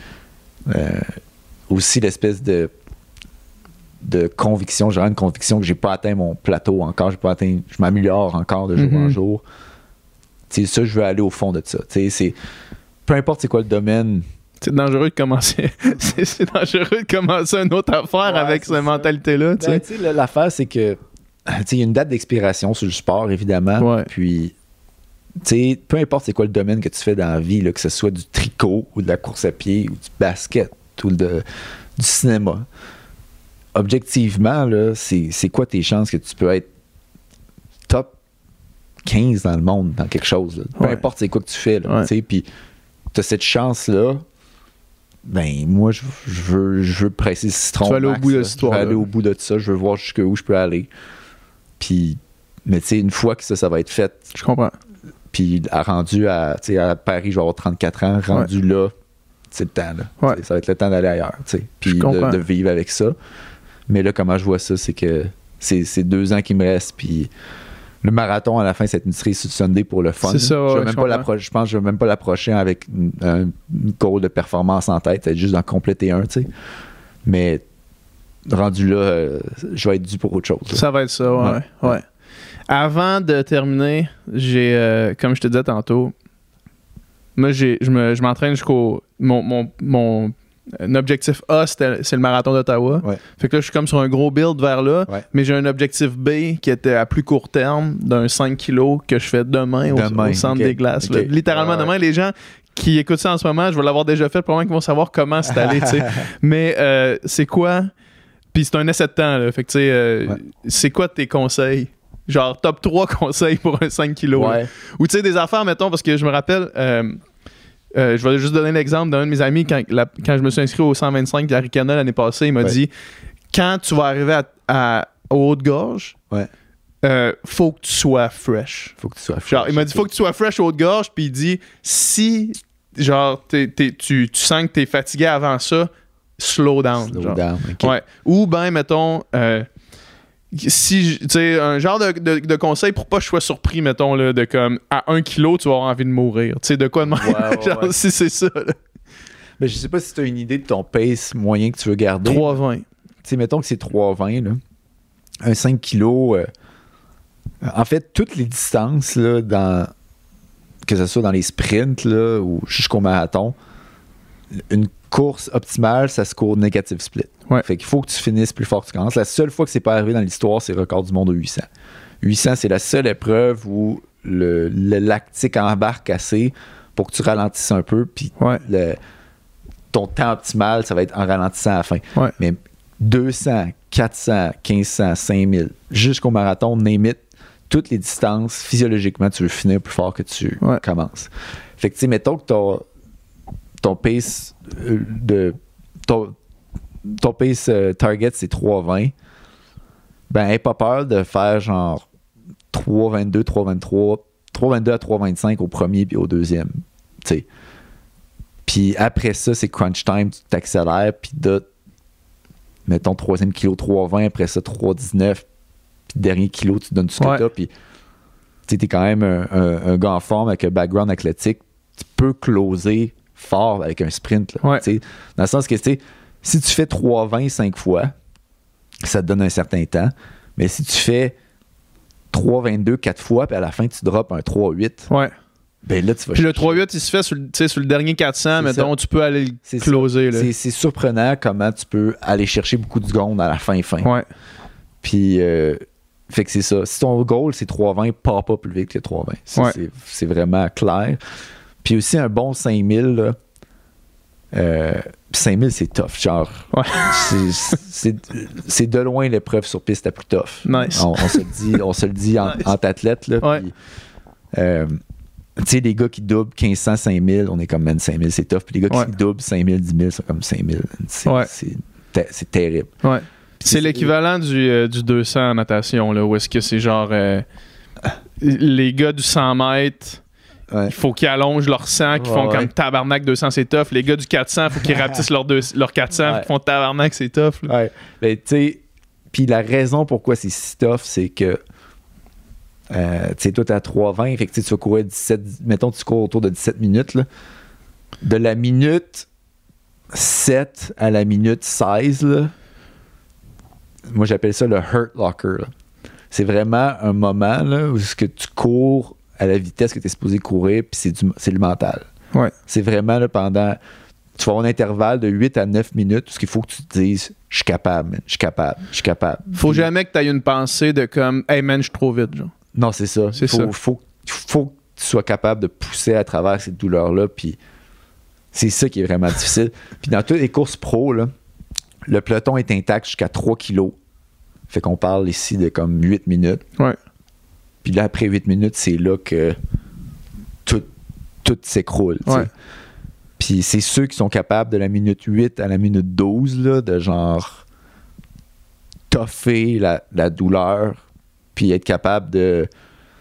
aussi l'espèce de conviction, j'ai une conviction que j'ai pas atteint mon plateau encore, je m'améliore encore de jour en jour. T'sais, ça, je veux aller au fond de ça. Peu importe c'est quoi le domaine. C'est dangereux de commencer. c'est dangereux de commencer une autre affaire avec cette mentalité-là. L'affaire, c'est que il y a une date d'expiration sur le sport, évidemment. Ouais. Puis peu importe c'est quoi le domaine que tu fais dans la vie, là, que ce soit du tricot ou de la course à pied ou du basket ou du cinéma, objectivement, là, c'est quoi tes chances que tu peux être top 15 dans le monde, dans quelque chose. Là. Peu importe c'est quoi que tu fais. Puis tu as cette chance-là, ben moi, je veux presser le citron. Tu vas aller au bout de l'histoire. Je veux aller au bout de ça. Je veux voir jusqu'où je peux aller. Puis, mais tu sais, une fois que ça va être fait... Je comprends. Puis rendu à Paris, je vais avoir 34 ans. Rendu là, c'est le temps. Là. Ouais. Ça va être le temps d'aller ailleurs. Puis de vivre avec ça. Mais là, comment je vois ça, c'est que c'est 2 ans qu'il me reste. Puis le marathon, à la fin, c'est une série sur Sunday pour le fun. C'est ça, je pense que je vais même pas l'approcher avec une goal de performance en tête. C'est juste d'en compléter un, tu sais. Mais rendu là, je vais être dû pour autre chose. Ça va être ça, ouais. Avant de terminer, j'ai, comme je te disais tantôt, moi, je m'entraîne jusqu'au... Mon objectif A, c'est le marathon d'Ottawa. Ouais. Fait que là, je suis comme sur un gros build vers là. Ouais. Mais j'ai un objectif B qui était à plus court terme, d'un 5 kilos que je fais demain au centre des glaces. Okay. Littéralement, demain, les gens qui écoutent ça en ce moment, je vais l'avoir déjà fait, probablement qu'ils vont savoir comment c'est allé, tu sais. Mais c'est quoi? Puis c'est un essai de temps, là. Fait que, tu sais, c'est quoi tes conseils? Genre, top 3 conseils pour un 5 kilos. Ouais. Ou, tu sais, des affaires, mettons, parce que je me rappelle... je vais juste donner l'exemple d'un de mes amis quand je me suis inscrit au 125 d'Arikana l'année passée, il m'a dit quand tu vas arriver au haut de gorge, faut que tu sois fresh. Faut que tu sois fresh. Genre, il m'a dit faut que tu sois fresh au haut de gorge, puis il dit si genre tu sens que t'es fatigué avant ça, slow down. Okay. Ouais. Ou ben mettons si tu sais un genre de conseil pour pas que je sois surpris, mettons là, de comme à 1 kilo tu vas avoir envie de mourir, tu sais de quoi de même. Genre, si c'est ça là. Mais je sais pas si tu as une idée de ton pace moyen que tu veux garder. 3,20. Tu sais, mettons que c'est 3,20 là. Un 5 kilos en fait toutes les distances là, que ce soit dans les sprints là, ou jusqu'au marathon, une course optimale, ça se court négative split. Ouais. Fait qu'il faut que tu finisses plus fort que tu commences. La seule fois que c'est pas arrivé dans l'histoire, c'est le record du monde au 800. 800, c'est la seule épreuve où le lactique embarque assez pour que tu ralentisses un peu, puis ton temps optimal, ça va être en ralentissant à la fin. Ouais. Mais 200, 400, 1500, 5000, jusqu'au marathon, name it, toutes les distances, physiologiquement, tu veux finir plus fort que tu commences. Fait que, tu sais, mettons que ton pace ton pace target, c'est 3,20. Ben, n'aie pas peur de faire genre 3,22, 3,23, 3,22 à 3,25 au premier puis au deuxième. T'sais. Puis après ça, c'est crunch time, tu t'accélères, puis mettons, troisième kilo 3,20, après ça, 3,19, puis dernier kilo, tu donnes tout ce que t'as, puis tu es quand même un gars en forme avec un background athlétique, tu peux closer fort avec un sprint. Là, dans le sens que, si tu fais 3,20 5 fois, ça te donne un certain temps. Mais si tu fais 3,22 4 fois, puis à la fin, tu drops un 3,8, ben là, tu vas. Puis le 3,8, il se fait sur le dernier 400, mettons, tu peux aller le closer. Là. C'est surprenant comment tu peux aller chercher beaucoup de secondes à la fin. Ouais. Puis, fait que c'est ça. Si ton goal, c'est 3,20, pas plus vite que 3,20. C'est vraiment clair. Puis aussi, un bon 5000, là. 5000, c'est tough. Genre, c'est de loin l'épreuve sur piste la plus tough. Nice. On se le dit en athlète. Là, puis, tu sais, les gars qui doublent 1500, 5000, on est comme, man, 5000, c'est tough. Puis les gars qui doublent 5000, 10 000, c'est comme 5000. C'est terrible. Ouais. C'est l'équivalent du 200 en natation, là, où est-ce que c'est genre les gars du 100 mètres. Il faut qu'ils allongent leur 100, qu'ils font comme tabarnak 200, c'est tough. Les gars du 400, il faut qu'ils rapetissent leur 400, qu'ils font tabarnak, c'est tough. Là. Ouais. Ben, tu sais, puis la raison pourquoi c'est si tough, c'est que, tu sais, toi, t'es à 3,20, fait que tu vas courir 17, mettons, tu cours autour de 17 minutes, là. De la minute 7 à la minute 16, là, moi, j'appelle ça le hurt locker, là. C'est vraiment un moment, là, où que tu cours à la vitesse que tu es supposé courir, puis c'est le mental. Ouais. C'est vraiment là, pendant... Tu vas avoir un intervalle de 8 à 9 minutes, parce qu'il faut que tu te dises « Je suis capable, man. Je suis capable. Je suis capable. » Faut jamais que tu aies une pensée de comme « Hey, man, je suis trop vite. » genre. Non, c'est ça. Faut que tu sois capable de pousser à travers cette douleur-là, puis c'est ça qui est vraiment difficile. Puis dans toutes les courses pro, là, le peloton est intact jusqu'à 3 kilos. Fait qu'on parle ici de comme 8 minutes. Ouais. Puis là, après 8 minutes, c'est là que tout s'écroule. Ouais. Puis c'est ceux qui sont capables de la minute 8 à la minute 12, là, de genre toffer la douleur, puis être capable de... Tu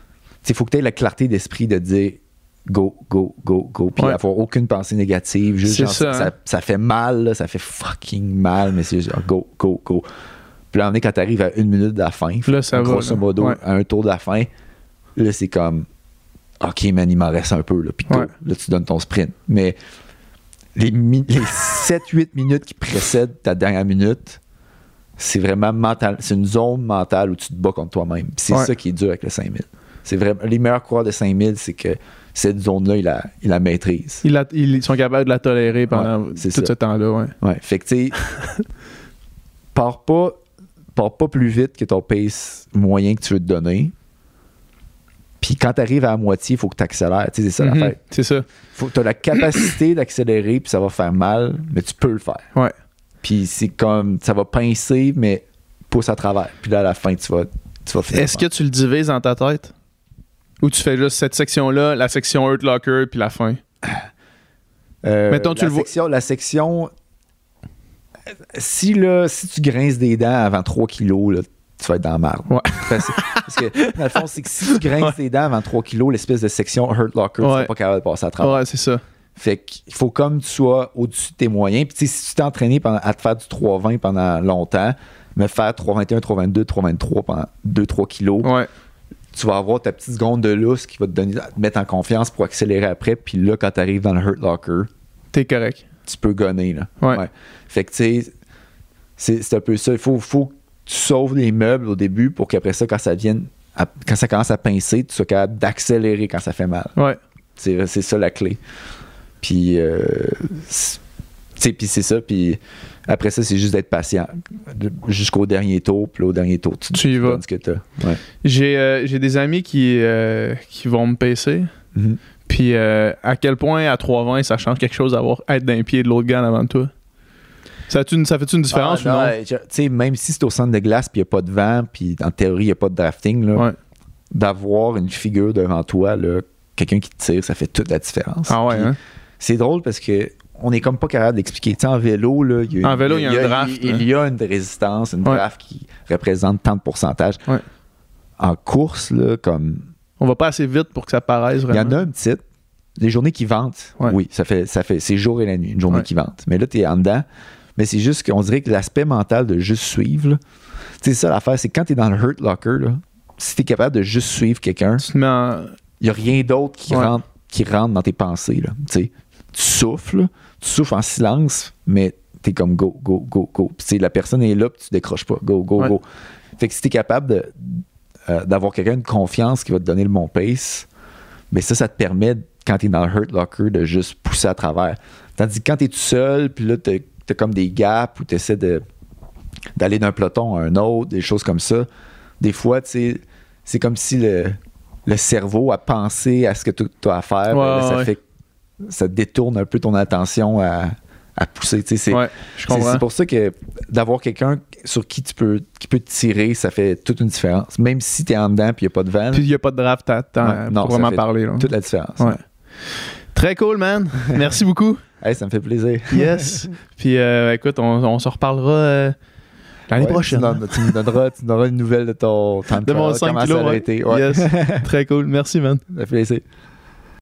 il faut que tu aies la clarté d'esprit de dire go, go, go, go, puis avoir aucune pensée négative. Juste genre, ça fait mal, là, ça fait fucking mal, mais c'est genre go, go, go. Puis là, quand tu arrives à 1 minute de la fin, là, ça grosso modo, à un tour de la fin, là, c'est comme OK, man, il m'en reste un peu, là, puis go. Là, tu donnes ton sprint. Mais les 7-8 minutes qui précèdent ta dernière minute, c'est vraiment mental. C'est une zone mentale où tu te bats contre toi-même. Puis c'est ça qui est dur avec le 5000. C'est vraiment, les meilleurs coureurs de 5000, c'est que cette zone-là, il la maîtrise. Ils sont capables de la tolérer pendant tout ce temps-là. Ouais. Fait que, tu sais, pars pas plus vite que ton pace moyen que tu veux te donner. Puis quand tu arrives à la moitié, il faut que tu accélères. Tu sais, c'est ça l'affaire. C'est ça. Tu as la capacité d'accélérer, puis ça va faire mal, mais tu peux le faire. Ouais. Puis c'est comme, ça va pincer, mais pousse à travers. Puis là, à la fin, tu vas finir. Est-ce que tu le divises dans ta tête? Ou tu fais juste cette section-là, la section Hurt Locker, puis la fin? Mettons, tu le vois. La section... Si tu grinces des dents avant 3 kilos, là, tu vas être dans la merde. Ouais. Parce que, dans le fond, c'est que si tu grinces des dents avant 3 kilos, l'espèce de section Hurt Locker, tu seras pas capable de passer à travers. Ouais, c'est ça. Fait qu'il faut comme tu sois au-dessus de tes moyens. Puis, tu sais, si tu t'es entraîné à te faire du 3,20 pendant longtemps, me faire 3,21, 3,22, 3,23 pendant 2-3 kilos, tu vas avoir ta petite seconde de lousse qui va te mettre en confiance pour accélérer après. Puis là, quand tu arrives dans le Hurt Locker, t'es correct. Tu peux gonner, là. Ouais. Fait que, tu sais, c'est un peu ça. Il faut que tu sauves les meubles au début pour qu'après ça, quand ça commence à pincer, tu sois capable d'accélérer quand ça fait mal. Ouais. C'est ça la clé. Puis, puis c'est ça. Puis après ça, c'est juste d'être patient jusqu'au dernier tour. Puis au dernier tour, tu y vas. Donnes ce que tu as. Ouais. J'ai des amis qui vont me pacer. Mm-hmm. Puis à quel point à 3,20 ça change quelque chose être d'un pied de l'autre gars en avant de toi? Ça fait-tu une différence ou non? Tu sais, même si c'est au centre de glace puis il n'y a pas de vent, puis en théorie, il n'y a pas de drafting, là, d'avoir une figure devant toi, là, quelqu'un qui te tire, ça fait toute la différence. Ah ouais, hein? C'est drôle parce que on n'est comme pas capable d'expliquer. Tu sais, en vélo, là, il y a un draft. Il y a une résistance, une draft qui représente tant de pourcentage. Ouais. En course, là, comme... On va pas assez vite pour que ça paraisse vraiment. Il y en a une petite. Les journées qui ventent, oui, ça fait c'est jour et la nuit, une journée qui vente. Mais là, tu es en dedans. Mais c'est juste qu'on dirait que l'aspect mental de juste suivre, c'est ça l'affaire, c'est que quand tu es dans le Hurt Locker, là, si tu es capable de juste suivre quelqu'un, il n'y a rien d'autre qui rentre dans tes pensées. Là. Tu souffles en silence, mais tu es comme go, go, go, go. Puis la personne est là, puis tu décroches pas. Go, go, go. Fait que si tu es capable d'avoir quelqu'un de confiance qui va te donner le bon pace, mais ça te permet, quand tu es dans le Hurt Locker, de juste pousser à travers. Tandis que quand tu es tout seul, puis là, tu as comme des gaps où tu essaies d'aller d'un peloton à un autre, des choses comme ça. Des fois, c'est comme si le cerveau a pensé à ce que tu as à faire. Ça détourne un peu ton attention à pousser. C'est pour ça que d'avoir quelqu'un sur qui peut te tirer, ça fait toute une différence. Même si tu es en dedans et il n'y a pas de vent. Puis il n'y a pas de draft pour vraiment parler. Là. Toute la différence. Ouais. Très cool, man. Merci beaucoup. Hey, ça me fait plaisir. Yes. Puis écoute, on se reparlera l'année prochaine. Tu me donneras une nouvelle de ton temps de mon 5 kilos. Ça a été. Ouais. Yes. Très cool. Merci, man. Ça fait plaisir.